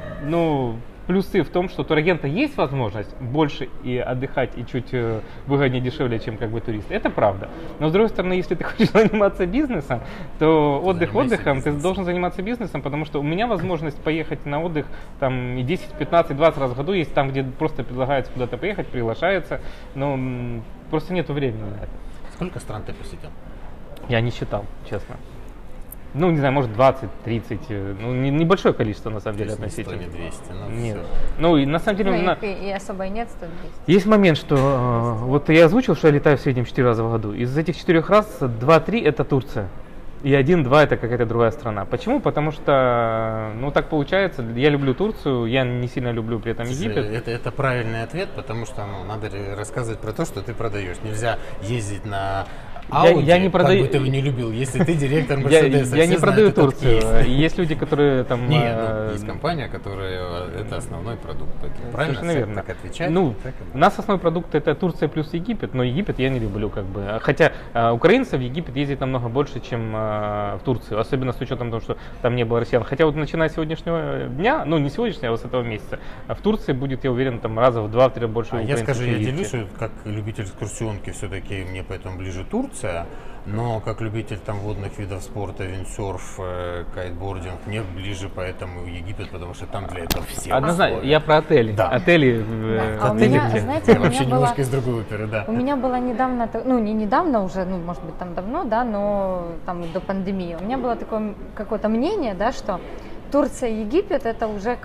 Плюсы в том, что у турагента есть возможность больше и отдыхать, и чуть выгоднее, дешевле, чем турист. Это правда. Но с другой стороны, если ты хочешь заниматься бизнесом, то отдыхом, ты должен заниматься бизнесом, потому что у меня возможность поехать на отдых там и 10, 15, 20 раз в году есть там, где просто предлагается куда-то поехать, приглашается, но просто нету времени на это. Сколько стран ты посетил? Я не считал, честно. Не знаю, может 20, 30, небольшое количество на самом деле относительно. 100, не 200, нет. И на самом деле... И особо и нет 100-200. Есть момент, что вот я озвучил, что я летаю в среднем 4 раза в году. Из этих 4 раз 2-3 это Турция. И 1-2 это какая-то другая страна. Почему? Потому что, так получается, я люблю Турцию, я не сильно люблю при этом Египет. Это правильный ответ, потому что надо рассказывать про то, что ты продаешь. Нельзя ездить на Audi, я не продаю... как бы ты его не любил, если ты директор Мерседеса. Я не продаю Турцию. Есть люди, которые там... Есть компания, которая это основной продукт. Правильно? Наверное. Так отвечать? У нас основной продукт это Турция плюс Египет, но Египет я не люблю Хотя украинцев в Египет ездит намного больше, чем в Турцию, особенно с учетом того, что там не было россиян. Хотя начиная с сегодняшнего дня, не сегодняшнего, а с этого месяца, в Турции будет, я уверен, там раза в 2-3 больше украинцев. Я делюсь, как любитель экскурсионки, все-таки мне поэтому ближе Турция. Но как любитель водных видов спорта, виндсерф, кайтбординг, мне ближе поэтому Египет, потому что там для этого все. Однозначно, я про отели. Да. Отели у меня, знаете, вообще немножко из другой оперы, да. У меня было недавно, не недавно уже, может быть там давно, да, но там до пандемии. У меня было такое какое-то мнение, да, что Турция и Египет это уже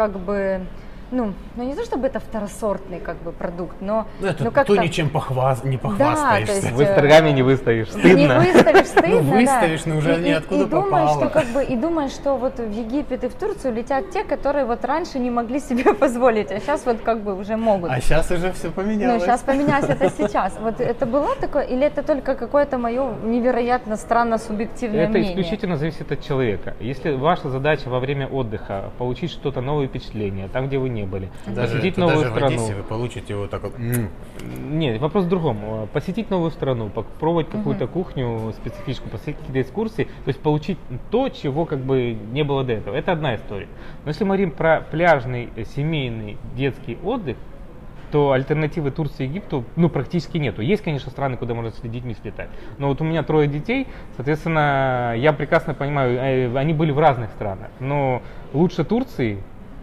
не то чтобы это второсортный продукт, но как-то... То ничем не похвастаешься. Да, есть, в Инстаграме не выставишь, стыдно. Не выставишь, стыдно, выставишь, но уже неоткуда попало. И думаешь, что вот в Египет и в Турцию летят те, которые раньше не могли себе позволить, а сейчас уже могут. А сейчас уже все поменялось. Сейчас поменялось, это сейчас. Вот это было такое, или это только какое-то мое невероятно странно субъективное мнение? Это исключительно зависит от человека. Если ваша задача во время отдыха получить что-то новое впечатление, там, где вы не были, посетить новую страну. В Одессе вы получите вот так вот. Нет, вопрос в другом. Посетить новую страну, попробовать какую-то кухню специфическую, посетить какие-то экскурсии, то есть получить то, чего не было до этого. Это одна история. Но если мы говорим про пляжный, семейный, детский отдых, то альтернативы Турции и Египту практически нету. Есть, конечно, страны, куда можно с детьми слетать. Но вот у меня 3 детей, соответственно, я прекрасно понимаю, они были в разных странах. Но лучше Турции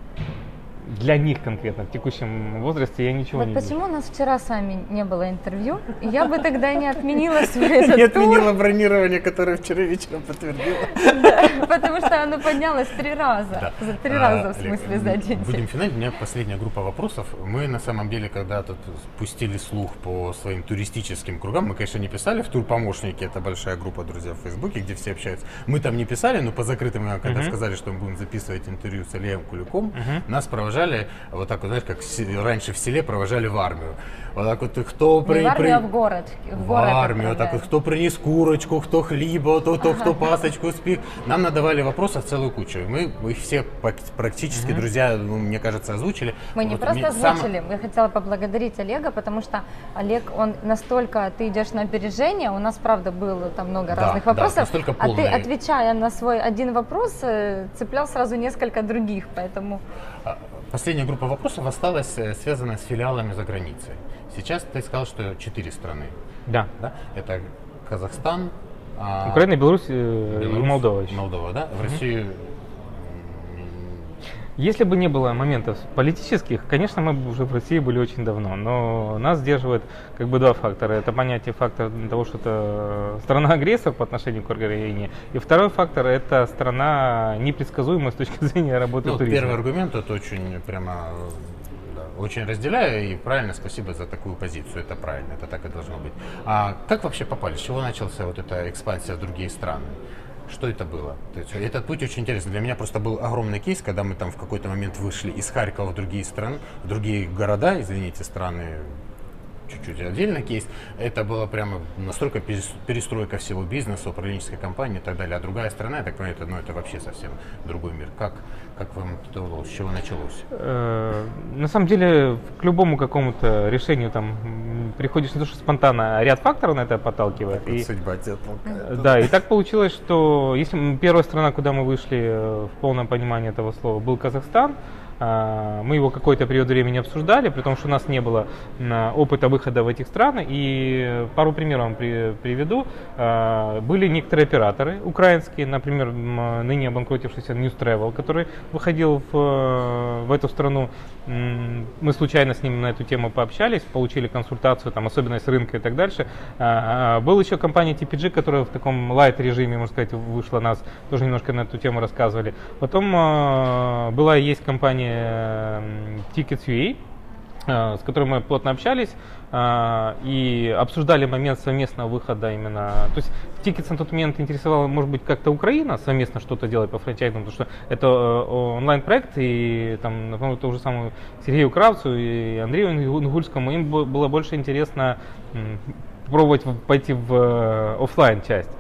для них конкретно в текущем возрасте я ничего не вижу. Почему у нас вчера с вами не было интервью? Я бы тогда не отменила свой этот тур. Не отменила бронирование, которое вчера вечером подтвердила. Да, потому что оно поднялось 3 раза. За 3 раза, в смысле, за день. Будем финалить. У меня последняя группа вопросов. Мы на самом деле, когда тут пустили слух по своим туристическим кругам, мы, конечно, не писали в турпомощники, это большая группа, друзья, в Фейсбуке, где все общаются. Мы там не писали, но по закрытым, когда сказали, что мы будем записывать интервью с Олегом Куликом, нас провожали вот так вот, знаешь, как раньше в селе провожали в армию. Вот так вот, кто в армию, а в город. В армию, вот так вот, кто принес курочку, кто хлеба, кто пасочку спик. Нам надавали вопросов целую кучу. Мы их все практически, друзья, мне кажется, озвучили. Мы не просто озвучили, я хотела поблагодарить Олега, потому что Олег, он настолько, ты идешь на опережение, у нас, правда, было там много разных вопросов, а ты, отвечая на свой один вопрос, цеплял сразу несколько других, поэтому... Последняя группа вопросов осталась связана с филиалами за границей. Сейчас ты сказал, что 4 страны. Да. Это Казахстан, Украина, Беларусь и Молдова еще. Молдова, да? В Россию Если бы не было моментов политических, конечно, мы бы уже в России были очень давно, но нас сдерживает как бы два фактора. Это понятие фактора того, что это страна-агрессор по отношению к Украине, и второй фактор – это страна непредсказуемая с точки зрения работы Ну, туризма. первый аргумент, это очень прямо, да, очень разделяю, и правильно, спасибо за такую позицию, это правильно, это так и должно быть. А как вообще попали, с чего начался вот эта экспансия в другие страны? Что это было? То есть, этот путь очень интересный. Для меня просто был огромный кейс, когда мы там в какой-то момент вышли из Харькова в другие страны, в другие города, извините, страны, чуть-чуть отдельно кейс. Это было прямо настолько перестройка всего бизнеса, управленческой компании и так далее. А другая страна, я так понимаю, это вообще совсем другой мир. Как вам это удалось? С чего началось? На самом деле, к любому какому-то решению там приходишь не то, что спонтанно, а ряд факторов на это подталкивает. Вот судьба тебя толкает. Да, и так получилось, что если первая страна, куда мы вышли в полном понимании этого слова, был Казахстан. Мы его какой-то период времени обсуждали, при том, что у нас не было опыта выхода в этих страны. И пару примеров вам приведу. Были некоторые операторы украинские, например, ныне обанкротившийся News Travel, который выходил в эту страну. Мы случайно с ним на эту тему пообщались, получили консультацию, там, особенность рынка и так дальше. Была еще компания TPG, которая в таком лайт-режиме, можно сказать, вышла нас, тоже немножко на эту тему рассказывали. Потом была и есть компания Tickets.ua, с которой мы плотно общались и обсуждали момент совместного выхода именно. То есть Tickets на тот момент интересовала, может быть, как-то Украина совместно что-то делать по франчайзингу, потому что это онлайн-проект, и там, например, тому же самому Сергею Кравцу и Андрею Ингульскому им было больше интересно пробовать пойти в офлайн часть.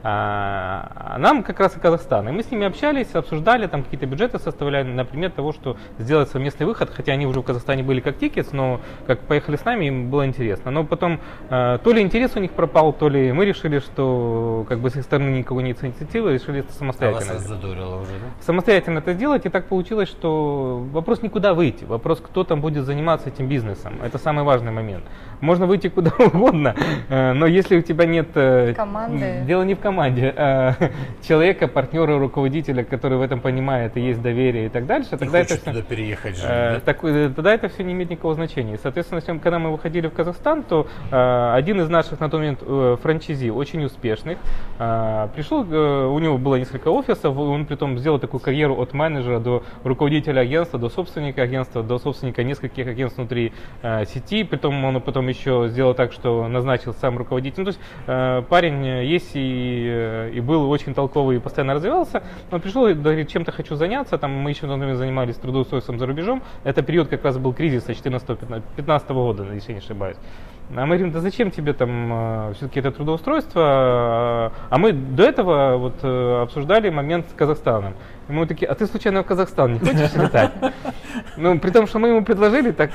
А нам как раз и Казахстан. И мы с ними общались, обсуждали, там какие-то бюджеты составляли, например, того, что сделать совместный выход, хотя они уже в Казахстане были как Tickets, но как поехали с нами, им было интересно. Но потом то ли интерес у них пропал, то ли мы решили, что как бы с их стороны никакой нет инициативы, решили это самостоятельно. А вас задорило уже, да? Самостоятельно это сделать, и так получилось, что вопрос никуда выйти, вопрос, кто там будет заниматься этим бизнесом. Это самый важный момент. Можно выйти куда угодно, но если у тебя нет команды, дело не в команде, а человека, партнера, руководителя, который в этом понимает и есть доверие и так дальше, тогда это все, туда переехать жить, да? тогда это все не имеет никакого значения. Соответственно, когда мы выходили в Казахстан, то один из наших на тот момент франчайзи, очень успешных, пришел, у него было несколько офисов, он притом сделал такую карьеру от менеджера до руководителя агентства, до собственника агентства, до собственника нескольких агентств внутри сети, притом он потом еще сделал так, что назначил сам руководитель. Ну, то есть парень есть и был очень толковый и постоянно развивался. Он пришел и говорит, чем-то хочу заняться. Там мы еще на тот момент занимались трудоустройством за рубежом. Это период как раз был кризиса 2014-2015 года, если я не ошибаюсь. А мы говорим, да зачем тебе там все-таки это трудоустройство? А мы до этого вот обсуждали момент с Казахстаном. И мы такие, а ты случайно в Казахстан не хочешь летать? Ну, при том, что мы ему предложили, так,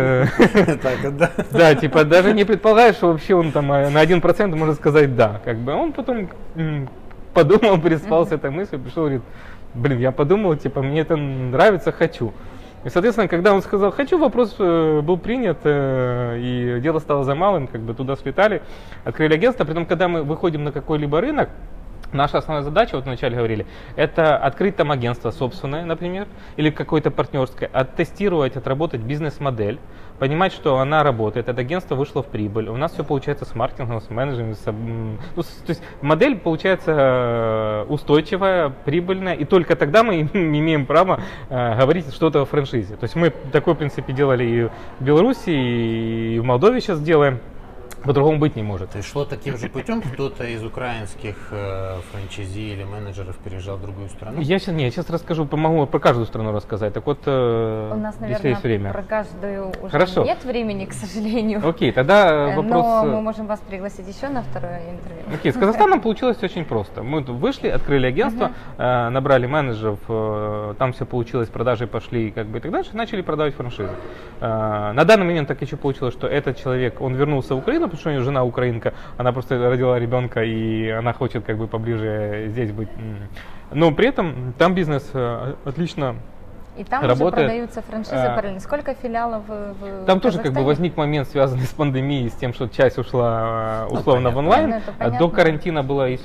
да, типа, даже не предполагаешь, что вообще он там на 1% может сказать да. Как бы. Он потом подумал, переспал с этой мыслью, пришел и говорит, блин, я подумал, типа, мне это нравится, хочу. И, соответственно, когда он сказал «хочу», вопрос был принят, и дело стало за малым, как бы туда слетали, открыли агентство. Притом, когда мы выходим на какой-либо рынок, наша основная задача, вот вначале говорили, это открыть там агентство собственное, например, или какое-то партнерское, оттестировать, отработать бизнес-модель, понимать, что она работает, это агентство вышло в прибыль, у нас все получается с маркетингом, с менеджером, то есть модель получается устойчивая, прибыльная, и только тогда мы имеем право говорить что-то о франшизе. То есть мы такой, в принципе, делали и в Беларуси, и в Молдове сейчас делаем. По-другому быть не может. То есть шло таким же путем, кто-то из украинских франчайзи или менеджеров переезжал в другую страну? Я сейчас расскажу, могу про каждую страну рассказать. Так вот, у нас, наверное, есть время. Про каждую уже Хорошо. Нет времени, к сожалению. Окей, тогда вопрос... Но мы можем вас пригласить еще на второе интервью. Окей, с Казахстаном получилось очень просто. Мы вышли, открыли агентство, набрали менеджеров, там все получилось, продажи пошли как бы и так дальше, начали продавать франшизы. На данный момент так еще получилось, что этот человек, он вернулся в Украину, потому что у нее жена украинка, она просто родила ребенка, и она хочет как бы поближе здесь быть. Но при этом там бизнес отлично и там работает. Уже продаются франшизы параллельно. Сколько филиалов в Там тоже как бы возник момент, связанный с пандемией, с тем, что часть ушла условно в онлайн. До карантина было, если не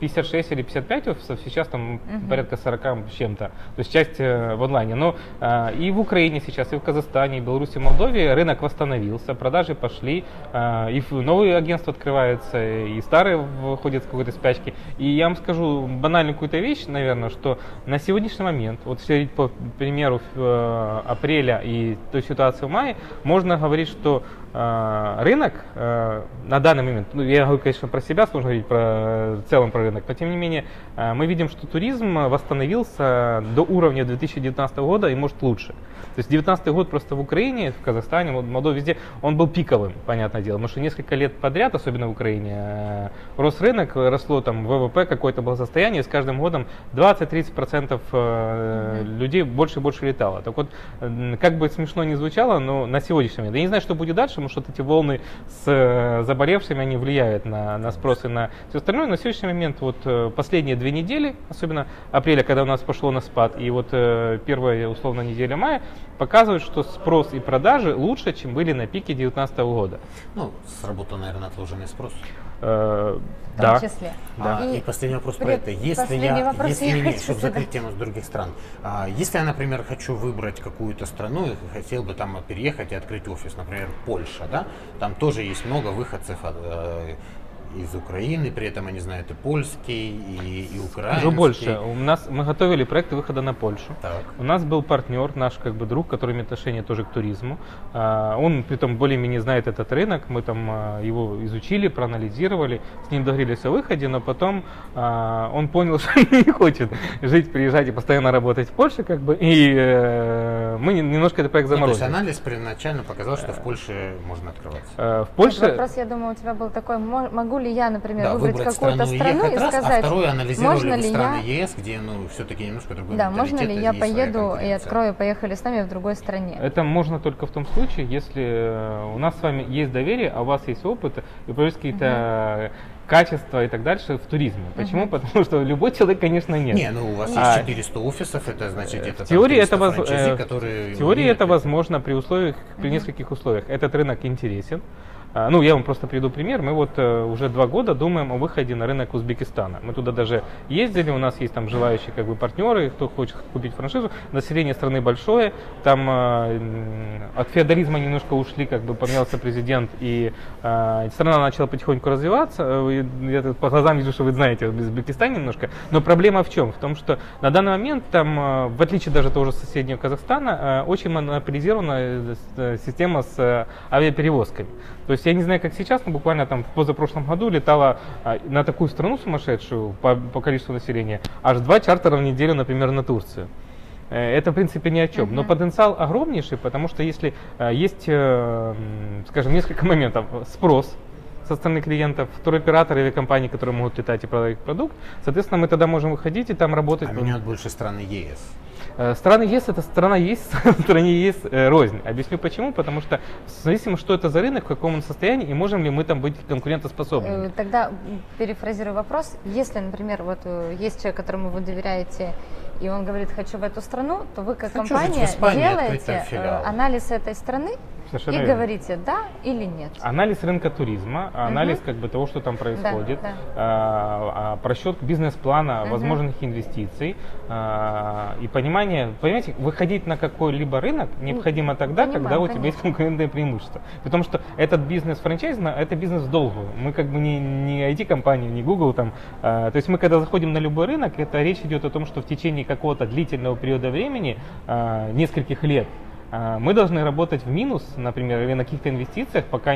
56 или 55 офисов, сейчас там порядка 40 с чем-то. То есть часть в онлайне. Но и в Украине сейчас, и в Казахстане, и в Беларуси, и в Молдове рынок восстановился, продажи пошли, и новые агентства открываются, и старые выходят с какой-то спячки. И я вам скажу банальную какую-то вещь, наверное, что на сегодняшний момент, вот если по примеру апреля и той ситуации в мае, можно говорить, что рынок на данный момент, ну, я говорю, конечно, про себя, сложно говорить в целом про рынок, но тем не менее мы видим, что туризм восстановился до уровня 2019 года и может лучше. То есть 2019 год просто в Украине, в Казахстане, в Молдове, везде, он был пиковым, понятное дело, потому что несколько лет подряд, особенно в Украине, рос рынок, росло там ВВП, какое-то благосостояние, и с каждым годом 20-30% людей больше и больше летало. Так вот, как бы смешно ни звучало, но на сегодняшний момент, я не знаю, что будет дальше, потому что вот эти волны с заболевшими, они влияют на спрос и на все остальное. На сегодняшний момент вот последние 2 недели, особенно апреля, когда у нас пошло на спад, и вот первая условно неделя мая, показывают, что спрос и продажи лучше, чем были на пике 2019 года. Ну, сработал, наверное, отложенный спрос. В Да. том числе. Да. И последний вопрос про это. Чтобы закрыть тему с других стран. Если я, например, хочу выбрать какую-то страну и хотел бы там переехать и открыть офис, например, Польша, да, там тоже есть много выходцев из Украины, при этом они знают и польский, и украинский. Уже больше. Мы готовили проект выхода на Польшу. Так. У нас был партнер, наш как бы друг, который имеет отношение тоже к туризму. Он притом более-менее знает этот рынок. Мы там его изучили, проанализировали, с ним договорились о выходе, но потом он понял, что он не хочет жить, приезжать и постоянно работать в Польше, как бы, и мы немножко этот проект заморозили. То есть анализ первоначально показал, что в Польше можно открываться. В Польше... Вопрос, я думаю, у тебя был такой, могу ли я, например, Да, выбрать какую-то страну и раз, сказать, а второе, анализировали можно ли ли страны я... ЕС, где все-таки немножко другой Да, менталитет, можно ли я есть своя поеду и конкуренция. открою, поехали с нами в другой стране? Это можно только в том случае, если у нас с вами есть доверие, а у вас есть опыт, и появились какие-то качества и так дальше в туризме. Почему? Потому что любой человек, конечно, нет. Не, ну у вас есть 400 офисов, это значит где-то в теории там 300 франчайзи, в которые... теории это возможно при условиях, при нескольких условиях. Этот рынок интересен. Ну, я вам просто приведу пример. Мы вот уже 2 года думаем о выходе на рынок Узбекистана. Мы туда даже ездили, у нас есть там желающие как бы партнеры, кто хочет купить франшизу. Население страны большое, там от феодализма немножко ушли, как бы поменялся президент, и страна начала потихоньку развиваться. Я по глазам вижу, что вы знаете об Узбекистане немножко. Но проблема в чем? В том, что на данный момент там, в отличие даже от того же соседнего Казахстана, очень монополизирована система с авиаперевозками. То есть я не знаю, как сейчас, но буквально там в позапрошлом году летала на такую страну сумасшедшую по количеству населения аж 2 чартера в неделю, например, на Турцию. Это, в принципе, ни о чем. Но потенциал огромнейший, потому что если есть, скажем, несколько моментов. Спрос со стороны клиентов, туроператоры или компании, которые могут летать и продавать продукт, соответственно, мы тогда можем выходить и там работать. А меняют больше страны ЕС. Страны ЕС — это страна есть, в стране ЕС рознь. Объясню почему. Потому что зависимо, что это за рынок, в каком он состоянии, и можем ли мы там быть конкурентоспособными. Тогда перефразирую вопрос. Если, например, вот есть человек, которому вы доверяете, и он говорит, хочу в эту страну, то вы как компания делаете анализ этой страны Совершенно и верно. Говорите да или нет. Анализ рынка туризма, анализ как бы того, что там происходит, просчет бизнес-плана возможных инвестиций и понимание, понимаете, выходить на какой-либо рынок необходимо тогда, когда у тебя есть конкурентное преимущество. Потому что этот бизнес франчайзинга, это бизнес в долгую. Мы как бы не IT-компания, не Google там. То есть мы когда заходим на любой рынок, это речь идет о том, что в течение какого-то длительного периода времени, нескольких лет, мы должны работать в минус, например, или на каких-то инвестициях, пока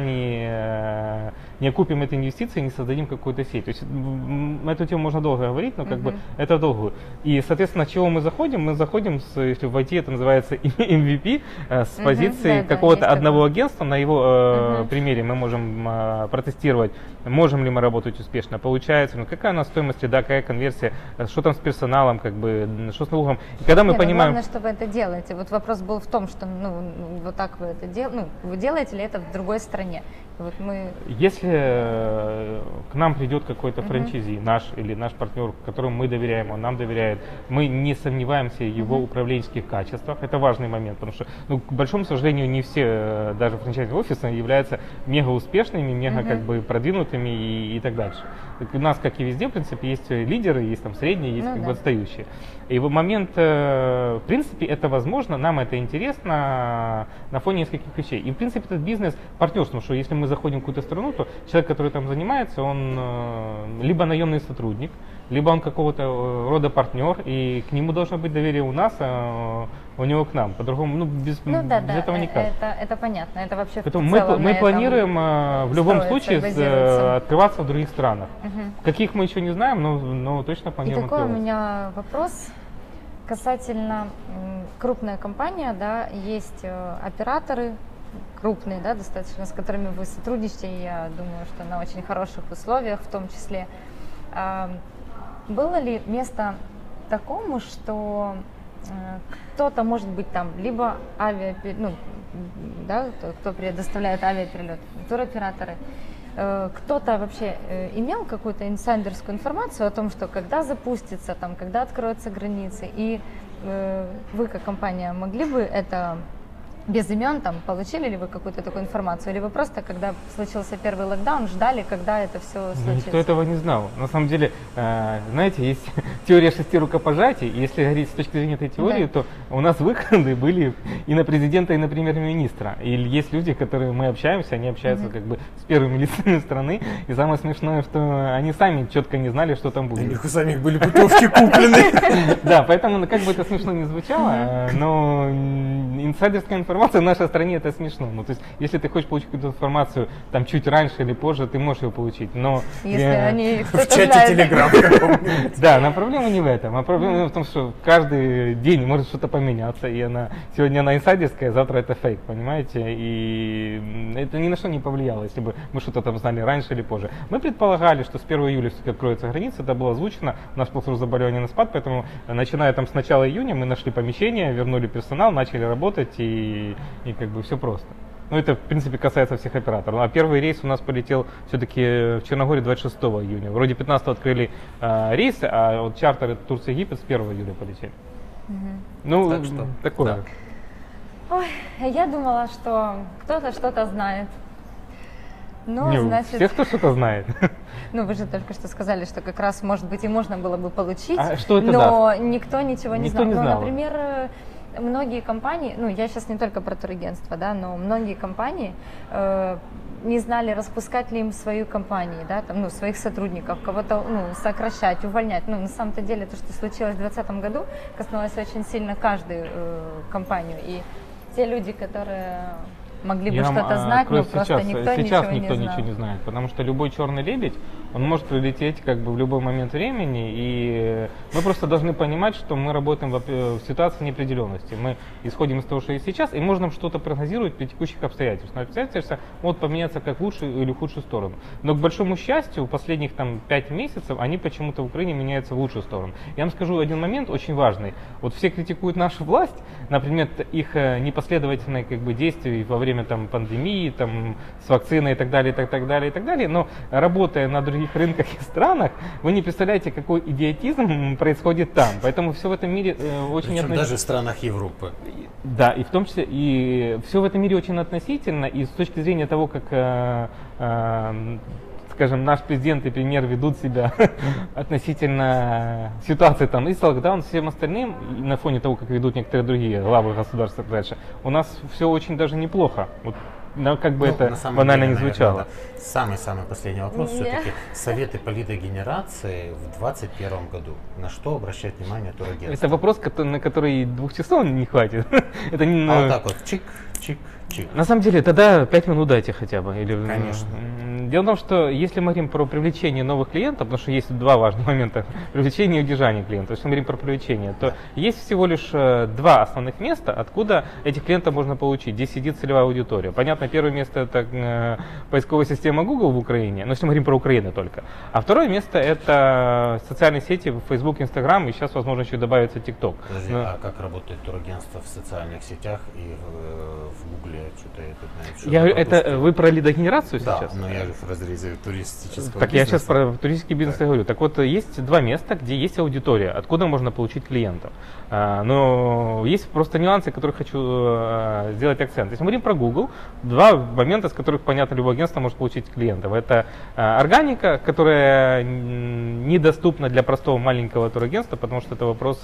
не окупим эти инвестиции, не создадим какую-то сеть. То есть на эту тему можно долго говорить, но как бы это в долгую. И, соответственно, с чего мы заходим? Мы заходим, если в IT это называется MVP, с позиции какого-то одного агентства. На его примере мы можем протестировать, можем ли мы работать успешно, получается, какая у нас стоимость лида, какая конверсия, что там с персоналом, как бы, что с налогом. И когда мы понимаем... Главное, что вы это делаете. Вот вопрос был в том, что вот так вы это делаете, вы делаете ли это в другой стране? Вот мы... Если к нам придет какой-то франчайзи, наш или наш партнер, которому мы доверяем, он нам доверяет, мы не сомневаемся в его управленческих качествах. Это важный момент, потому что, к большому сожалению, не все даже франчайзинговые офисы являются мега успешными, мега как бы продвинутыми и так дальше. У нас, как и везде, в принципе, есть лидеры, есть там средние, есть как бы отстающие. И в момент, в принципе, это возможно, нам это интересно на фоне нескольких вещей. И, в принципе, этот бизнес партнерство, потому что если мы заходим в какую-то страну, то человек, который там занимается, он либо наемный сотрудник, либо он какого-то рода партнер, и к нему должно быть доверие у нас, а у него к нам. По-другому, без этого никак. Это понятно, это вообще Поэтому в целом мы планируем в любом случае открываться в других странах. Каких мы еще не знаем, но точно планируем открываться. И такой у открываться. меня вопрос касательно крупная компания, да, есть операторы крупные, да, достаточно, с которыми вы сотрудничаете, я думаю, что на очень хороших условиях в том числе. Было ли место такому, что кто-то, может быть, там, либо кто предоставляет авиаперелет, туроператоры, кто-то вообще имел какую-то инсайдерскую информацию о том, что когда запустится, там, когда откроются границы, и вы как компания могли бы это без имен, там, получили ли вы какую-то такую информацию, или вы просто, когда случился первый локдаун, ждали, когда это все случится? Никто этого не знал. На самом деле, знаете, есть теория 6 рукопожатий, и если говорить с точки зрения этой теории, то у нас выходы были и на президента, и на премьер-министра. И есть люди, которые мы общаемся, они общаются как бы с первыми лицами страны, и самое смешное, что они сами четко не знали, что там будет. У них у самих были путевки куплены. Да, поэтому, как бы это смешно не звучало, но инсайдерская информация в нашей стране это смешно. То есть, если ты хочешь получить какую-то информацию там чуть раньше или позже, ты можешь ее получить. Но если они в чате Телеграм. да, но проблема не в этом. А проблема в том, что каждый день может что-то поменяться, и сегодня она инсайдерская, завтра это фейк, понимаете? И это ни на что не повлияло, если бы мы что-то там знали раньше или позже. Мы предполагали, что с 1 июля все-таки откроются границы, это было озвучено, у нас просто заболевание на спад, поэтому начиная там с начала июня мы нашли помещение, вернули персонал, начали работать, и как бы все просто. Это, в принципе, касается всех операторов. А первый рейс у нас полетел все-таки в Черногории 26 июня. Вроде 15 открыли рейсы, а вот чартеры Турция-Египет с 1 июля полетели. Так что, такое. Да. Ой, я думала, что кто-то что-то знает. Значит... Все, кто что-то знает. Вы же только что сказали, что как раз, может быть, и можно было бы получить, что это но даст? никто ничего не Никто знал. не знал. Например, многие компании, я сейчас не только про турагентство, да, но многие компании не знали, распускать ли им свою компанию, да, там, своих сотрудников, кого-то сокращать, увольнять. На самом-то деле то, что случилось в 2020 году, коснулось очень сильно каждую компанию. И те люди, которые могли бы что-то знать, но просто сейчас никто ничего не знает, потому что любой черный лебедь, он может прилететь как бы в любой момент времени, и мы просто должны понимать, что мы работаем в ситуации неопределенности. Мы исходим из того, что есть сейчас, и можно что-то прогнозировать при текущих обстоятельствах. Но обстоятельства могут поменяться как в лучшую или в худшую сторону. Но, к большому счастью, последних 5 месяцев они почему-то в Украине меняются в лучшую сторону. Я вам скажу один момент очень важный. Вот все критикуют нашу власть, например, их непоследовательные действия во время пандемии, с вакциной и так далее, и так далее, и так далее. Но работая на других рынках и странах, вы не представляете, какой идиотизм происходит там. Поэтому все в этом мире очень относительно. Даже в странах Европы. Да, и в том числе, и все в этом мире очень относительно, и с точки зрения того, как скажем, наш президент и премьер ведут себя относительно ситуации и с локдаун, всем остальным, на фоне того, как ведут некоторые другие главы государства дальше, у нас все очень даже неплохо. Как бы это банально не звучало. Самый последний вопрос все-таки. Советы по лидогенерации в 2021 году. На что обращать внимание турагентство? Это вопрос, на который 2 часов не хватит. Это не вот так вот, чик, чик, чик. На самом деле, тогда 5 минут дайте хотя бы. Конечно. Дело в том, что если мы говорим про привлечение новых клиентов, потому что есть два важных момента: привлечение и удержание клиентов. Если мы говорим про привлечение, то есть всего лишь два основных места, откуда этих клиентов можно получить, где сидит целевая аудитория. Понятно, первое место — это поисковая система Google в Украине, но если мы говорим про Украину только. А второе место — это социальные сети, Facebook, Instagram, и сейчас, возможно, еще добавится TikTok. Подожди, а как работает турагентство в социальных сетях и в Гугле? Что-то я тут, наверное, Это вы про лидогенерацию да, сейчас? но я же в разрезе туристического Так бизнеса. я сейчас про туристический бизнес и говорю. Так вот, есть два места, где есть аудитория, откуда можно получить клиентов. Но есть просто нюансы, которые хочу сделать акцент. Если мы говорим про Google, два момента, с которых, понятно, любое агентство может получить клиентов. Это органика, которая недоступна для простого маленького турагентства, потому что это вопрос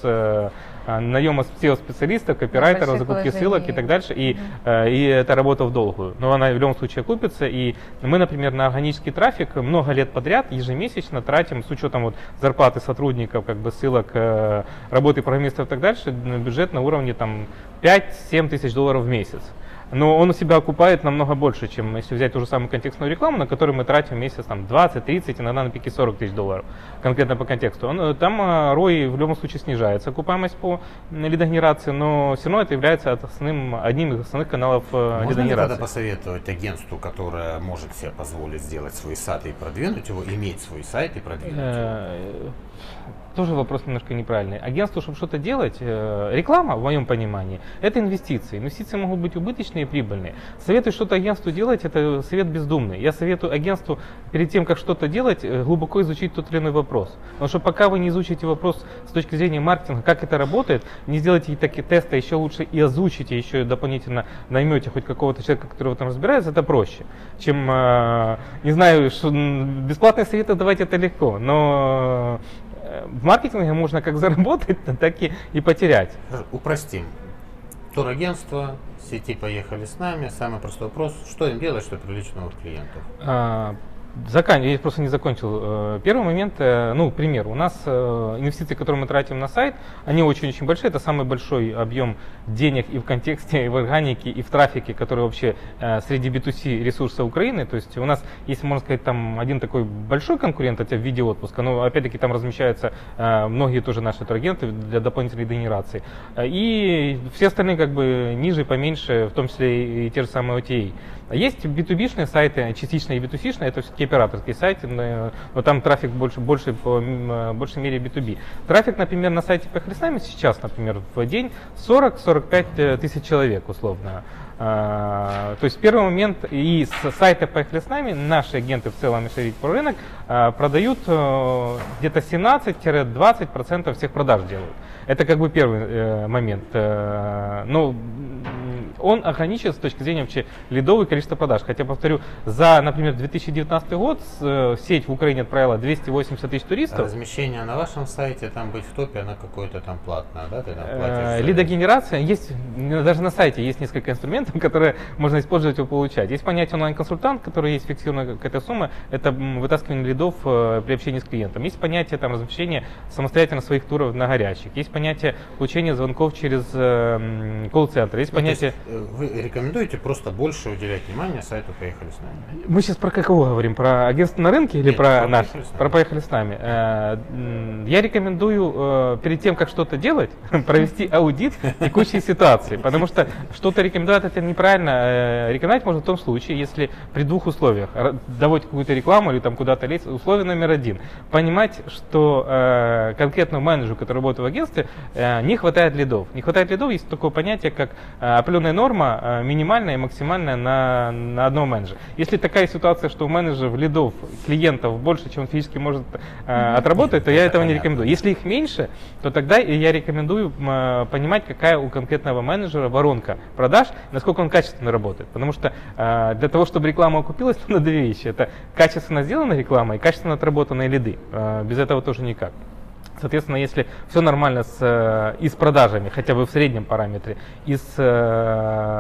наема SEO-специалистов, копирайтеров, закупки ссылок и так дальше. И это работа в долгую. Но она в любом случае окупится. И мы, например, на органический трафик много лет подряд ежемесячно тратим, с учетом вот зарплаты сотрудников, как бы ссылок, работы программистов и так дальше, бюджет на уровне там 5-7 тысяч долларов в месяц. Но он у себя окупает намного больше, чем если взять ту же самую контекстную рекламу, на которую мы тратим в месяц там 20, 30, иногда на пике 40 тысяч долларов, конкретно по контексту. Там ROI в любом случае снижается, окупаемость по лидогенерации, но все равно это является одним из основных каналов лидогенерации. Можно ли тогда посоветовать агентству, которое может себе позволить сделать свой сайт и продвинуть его, иметь свой сайт и продвинуть его? Тоже вопрос немножко неправильный. Агентству, чтобы что-то делать, реклама, в моем понимании, это инвестиции. Инвестиции могут быть убыточные и прибыльные. Советую что-то агентству делать, это совет бездумный. Я советую агентству перед тем, как что-то делать, глубоко изучить тот или иной вопрос. Потому что пока вы не изучите вопрос с точки зрения маркетинга, как это работает, не сделаете такие тесты, еще лучше и озвучите, еще дополнительно наймете хоть какого-то человека, который в этом разбирается, это проще, чем, не знаю, бесплатные советы давать это легко, но в маркетинге можно как заработать, так и потерять. Упростим. Турагентство, сети «Поехали с нами». Самый простой вопрос: что им делать, чтобы привлечь новых клиентов? Я просто не закончил. Первый момент, пример. У нас инвестиции, которые мы тратим на сайт, они очень-очень большие. Это самый большой объем денег и в контексте, и в органике, и в трафике, который вообще среди B2C ресурса Украины. То есть у нас есть, можно сказать, там один такой большой конкурент, это в виде отпуска, но опять-таки там размещаются многие тоже наши турагенты для дополнительной генерации. И все остальные как бы ниже, поменьше, в том числе и те же самые OTA. Есть B2B-шные сайты, частично и B2C-шные, это все-таки операторские сайты, но там трафик больше по большей мере B2B. Трафик, например, на сайте «Поехали с нами» сейчас, например, в день 40-45 тысяч человек условно. То есть первый момент, и с сайта «Поехали с нами» наши агенты в целом, если говорить про рынок, продают где-то 17-20% всех продаж делают. Это как бы первый момент. Но он ограничен с точки зрения вообще лидов и количества продаж. Хотя, повторю, за, например, 2019 год сеть в Украине отправила 280 тысяч туристов. Размещение на вашем сайте, там быть в топе, она какое-то там платное, да? Ты там платишь лидогенерация, есть, даже на сайте есть несколько инструментов, которые можно использовать и получать. Есть понятие онлайн-консультант, который есть фиксированная какая-то сумма, это вытаскивание лидов при общении с клиентом. Есть понятие размещения самостоятельно своих туров на горячих. Есть понятие получения звонков через колл-центр. Есть понятие... Вы рекомендуете просто больше уделять внимание сайту «Поехали с нами»? Мы сейчас про какого говорим? Про агентство на рынке или про наш? Про «Поехали с нами». Я рекомендую перед тем, как что-то делать, провести аудит текущей ситуации, потому что что-то рекомендовать это неправильно. Рекомендовать можно в том случае, если при двух условиях: давать какую-то рекламу или там куда-то лезть. Условие номер один: понимать, что конкретному менеджеру, который работает в агентстве, не хватает лидов. Не хватает лидов, есть такое понятие, как определенная норма минимальная и максимальная на одного менеджера. Если такая ситуация, что у менеджеров лидов, клиентов больше, чем он физически может отработать, то я этого не рекомендую. Если их меньше, то тогда я рекомендую понимать, какая у конкретного менеджера воронка продаж, насколько он качественно работает. Потому что для того, чтобы реклама окупилась, надо две вещи: это качественно сделанная реклама и качественно отработанные лиды. Без этого тоже никак. Соответственно, если все нормально и с продажами, хотя бы в среднем параметре, а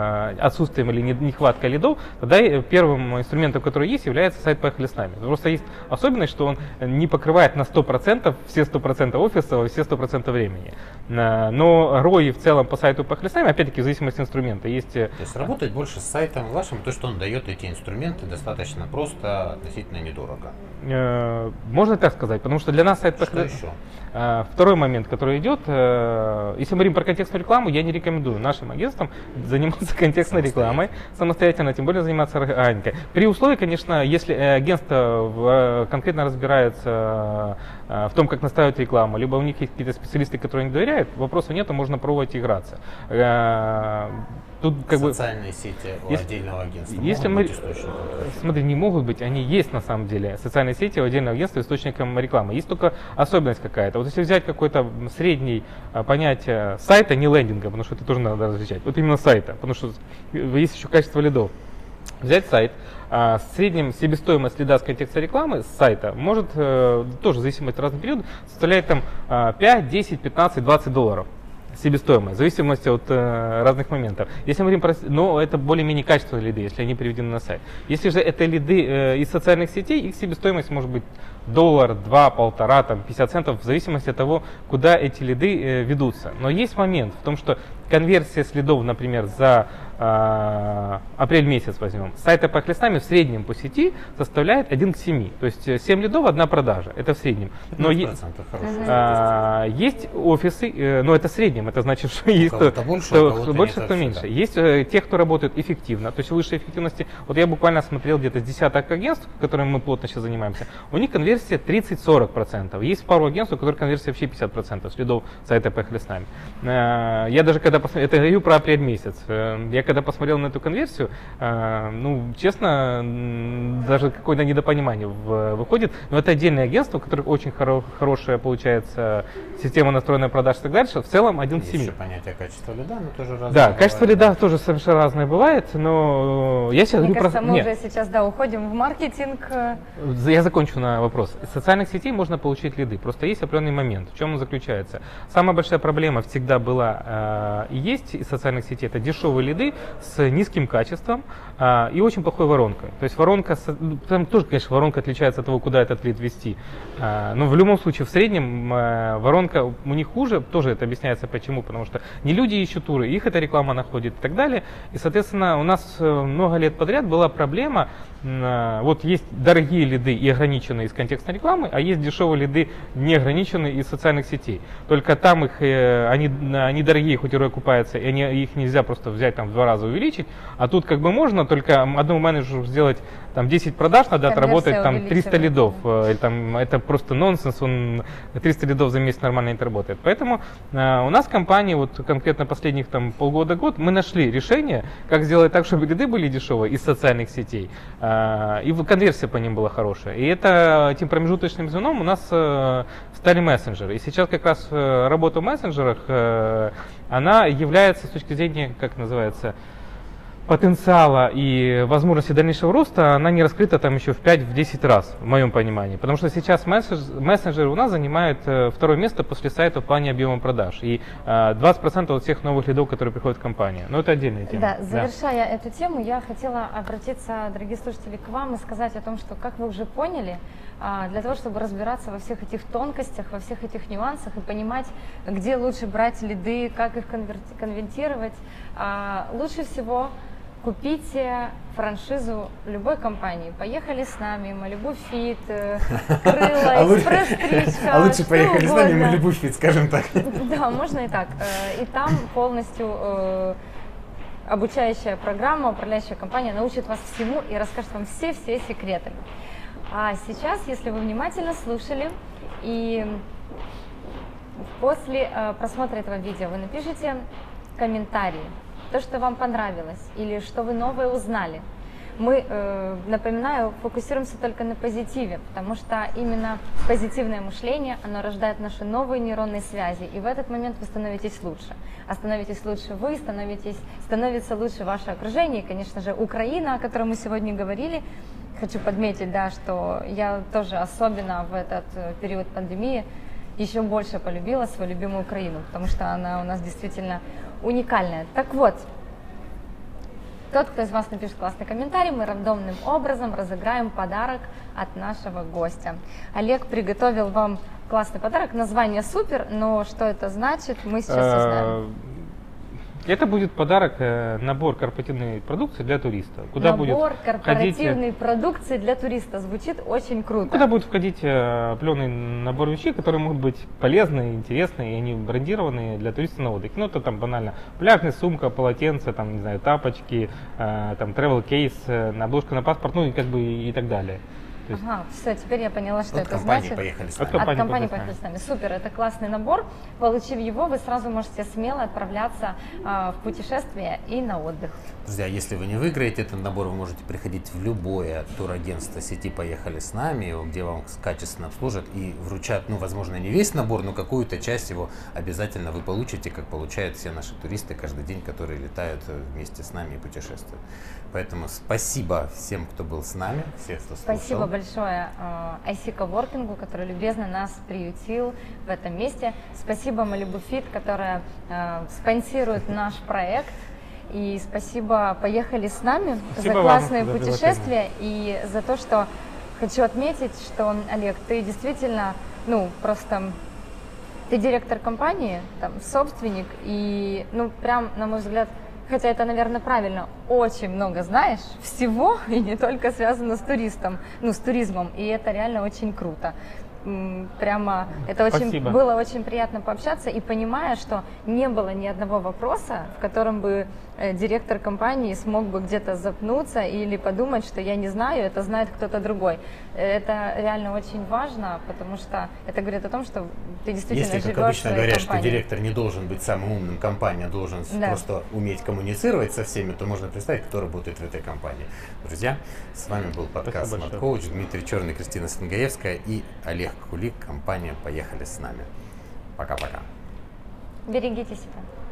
отсутствием или нехваткой лидов, тогда первым инструментом, который есть, является сайт «Поехали с нами». Просто есть особенность, что он не покрывает на 100% все 100% офиса, все 100% времени. Но ROI в целом по сайту «Поехали с нами», опять-таки, в зависимости от инструмента. То есть работать больше с сайтом вашим, то, что он дает эти инструменты, достаточно просто, относительно недорого. Можно так сказать, потому что для нас сайт «Поехали». Что еще? Второй момент, который идет, если мы говорим про контекстную рекламу, я не рекомендую нашим агентствам заниматься контекстной рекламой самостоятельно, тем более заниматься органикой. При условии, конечно, если агентство конкретно разбирается в том, как наставить рекламу, либо у них есть какие-то специалисты, которые не доверяют, вопроса нет, можно пробовать играться. Тут социальные сети у отдельного агентства если могут мы, быть источником? смотри, не могут быть, они есть на самом деле. Социальные сети у отдельного агентства источником рекламы. Есть только особенность какая-то. Вот если взять какое-то среднее понятие сайта, не лендинга, потому что это тоже надо различать, вот именно сайта, потому что есть еще качество лидов. Взять сайт, в среднем себестоимость лида с контекста рекламы с сайта может, тоже в зависимости от разных периодов, составляет там 5, 10, 15, 20 долларов. Себестоимость, в зависимости от разных моментов. Если мы говорим про, но это более-менее качественные лиды, если они переведены на сайт. Если же это лиды из социальных сетей, их себестоимость может быть $1, $2, $1,5, там, 50 центов, в зависимости от того, куда эти лиды ведутся. Но есть момент в том, что конверсия с лидов, например, за апрель месяц возьмем, сайта «Поехали с нами» в среднем по сети составляет 1 к 7. То есть 7 лидов, 1 продажа. Это в среднем. Но есть офисы, но это в среднем, это значит, что есть больше, кто меньше. Есть те, кто работают эффективно, то есть выше эффективности. Вот я буквально смотрел где-то с десяток агентств, которыми мы плотно сейчас занимаемся, у них конверсия 30-40%. Есть пару агентств, у которых конверсия вообще 50% с лидов сайта «Поехали с нами». Я даже когда посмотрел, это говорю про апрель месяц, я когда посмотрел на эту конверсию, ну, честно, даже какое-то недопонимание выходит. Но это отдельное агентство, у которых очень хорошая получается система настроенная продаж и так дальше. В целом 1 к 7. Есть еще понятие качества лида, но тоже разное. Да, качество лида тоже совершенно разное бывает, но я сейчас говорю кажется, про... мы уже сейчас, уходим в маркетинг. Я закончу на вопрос. Из социальных сетей можно получить лиды, просто есть определенный момент. В чем он заключается? Самая большая проблема всегда была и есть из социальных сетей, это дешевые лиды с низким качеством и очень плохой воронкой. То есть воронка, там тоже, конечно, воронка отличается от того, куда этот лид вести. Но в любом случае, в среднем воронка у них хуже, тоже это объясняется почему, потому что не люди ищут туры, их эта реклама находит и так далее. И, соответственно, у нас много лет подряд была проблема, вот есть дорогие лиды и ограниченные из контекстной рекламы, а есть дешевые лиды не ограниченные из социальных сетей. Только там их, они дорогие, хоть и окупаются, и их нельзя просто взять там в 2 раза увеличить, а тут как бы можно, только одному менеджеру сделать там 10 продаж, надо отработать там 300 лидов. Там, это просто нонсенс, он 300 лидов за месяц нормально не отработает. Поэтому у нас в компании, вот конкретно последних там полгода-год, мы нашли решение, как сделать так, чтобы лиды были дешевые из социальных сетей, и конверсия по ним была хорошая. И этим промежуточным звеном у нас стали мессенджеры. И сейчас как раз работа в мессенджерах, она является с точки зрения, как называется, потенциала и возможности дальнейшего роста, она не раскрыта там еще в 5-10 раз, в моем понимании. Потому что сейчас мессенджеры у нас занимают 2-е место после сайта в плане объема продаж. И 20% от всех новых лидов, которые приходят в компанию. Но это отдельная тема. Да, завершая эту тему, я хотела обратиться, дорогие слушатели, к вам и сказать о том, что, как вы уже поняли, для того, чтобы разбираться во всех этих тонкостях, во всех этих нюансах и понимать, где лучше брать лиды, как их конвертировать, лучше всего купите франшизу любой компании. Поехали с нами, Malibu Fit, Крыло, Экспресс-стричка. А лучше поехали с нами, Malibu Fit, скажем так. Да, можно и так. И там полностью обучающая программа, управляющая компания научит вас всему и расскажет вам все секреты. А сейчас, если вы внимательно слушали и после просмотра этого видео вы напишите комментарии, то, что вам понравилось или что вы новое узнали. Мы, напоминаю, фокусируемся только на позитиве, потому что именно позитивное мышление, оно рождает наши новые нейронные связи, и в этот момент вы становитесь лучше. А становитесь лучше вы, становится лучше ваше окружение, и, конечно же, Украина, о которой мы сегодня говорили. Хочу подметить, да, что я тоже особенно в этот период пандемии еще больше полюбила свою любимую Украину, потому что она у нас действительно уникальная. Так вот, Тот, кто из вас напишет классный комментарий, мы рандомным образом разыграем подарок от нашего гостя. Олег приготовил вам классный подарок, название супер, но что это значит, мы сейчас узнаем. Это будет подарок, набор корпоративной продукции для туриста. Куда Набор будет корпоративной продукции для туриста. Звучит очень круто. Куда будет входить определенный набор вещей, которые могут быть полезны, интересны, и они брендированные для туриста на отдыхе. Ну, это там банально пляжная сумка, полотенце, там, не знаю, тапочки, там, travel кейс, обложка на паспорт, ну, и как бы и так далее. Ага, все, теперь я поняла, что От это компании значит. поехали с От нами. От компании «Поехали с нами». Супер, это классный набор. Получив его, вы сразу можете смело отправляться в путешествие и на отдых. Друзья, если вы не выиграете этот набор, вы можете приходить в любое турагентство сети «Поехали с нами», где вам качественно обслужат и вручат, ну, возможно, не весь набор, но какую-то часть его обязательно вы получите, как получают все наши туристы каждый день, которые летают вместе с нами и путешествуют. Поэтому спасибо всем, кто был с нами, всех, кто слушал. Спасибо большое IC Coworking, который любезно нас приютил в этом месте. Спасибо Malibu Fit, которая спонсирует наш проект. И спасибо «Поехали с нами» Спасибо за классное вам за путешествие и за то, что хочу отметить, что, Олег, ты действительно, ну, просто ты директор компании, там, собственник, и, ну, прям, на мой взгляд, хотя это, наверное, правильно, очень много знаешь всего, и не только связано с туристом, ну, с туризмом, и это реально очень круто. Прямо это Спасибо. было очень приятно пообщаться, и понимая, что не было ни одного вопроса, в котором бы директор компании смог бы где-то запнуться или подумать, что я не знаю, это знает кто-то другой. Это реально очень важно, потому что это говорит о том, что ты действительно Если, живешь как обычно в своей говорят, компании. что директор не должен быть самым умным в компании, а должен просто уметь коммуницировать со всеми, то можно представить, кто работает в этой компании. Друзья, с вами был подкаст Спасибо Smart большое. Coach, Дмитрий Черный, Кристина Сангаевская и Олег Кулик, компания «Поехали с нами». Пока-пока. Берегите себя.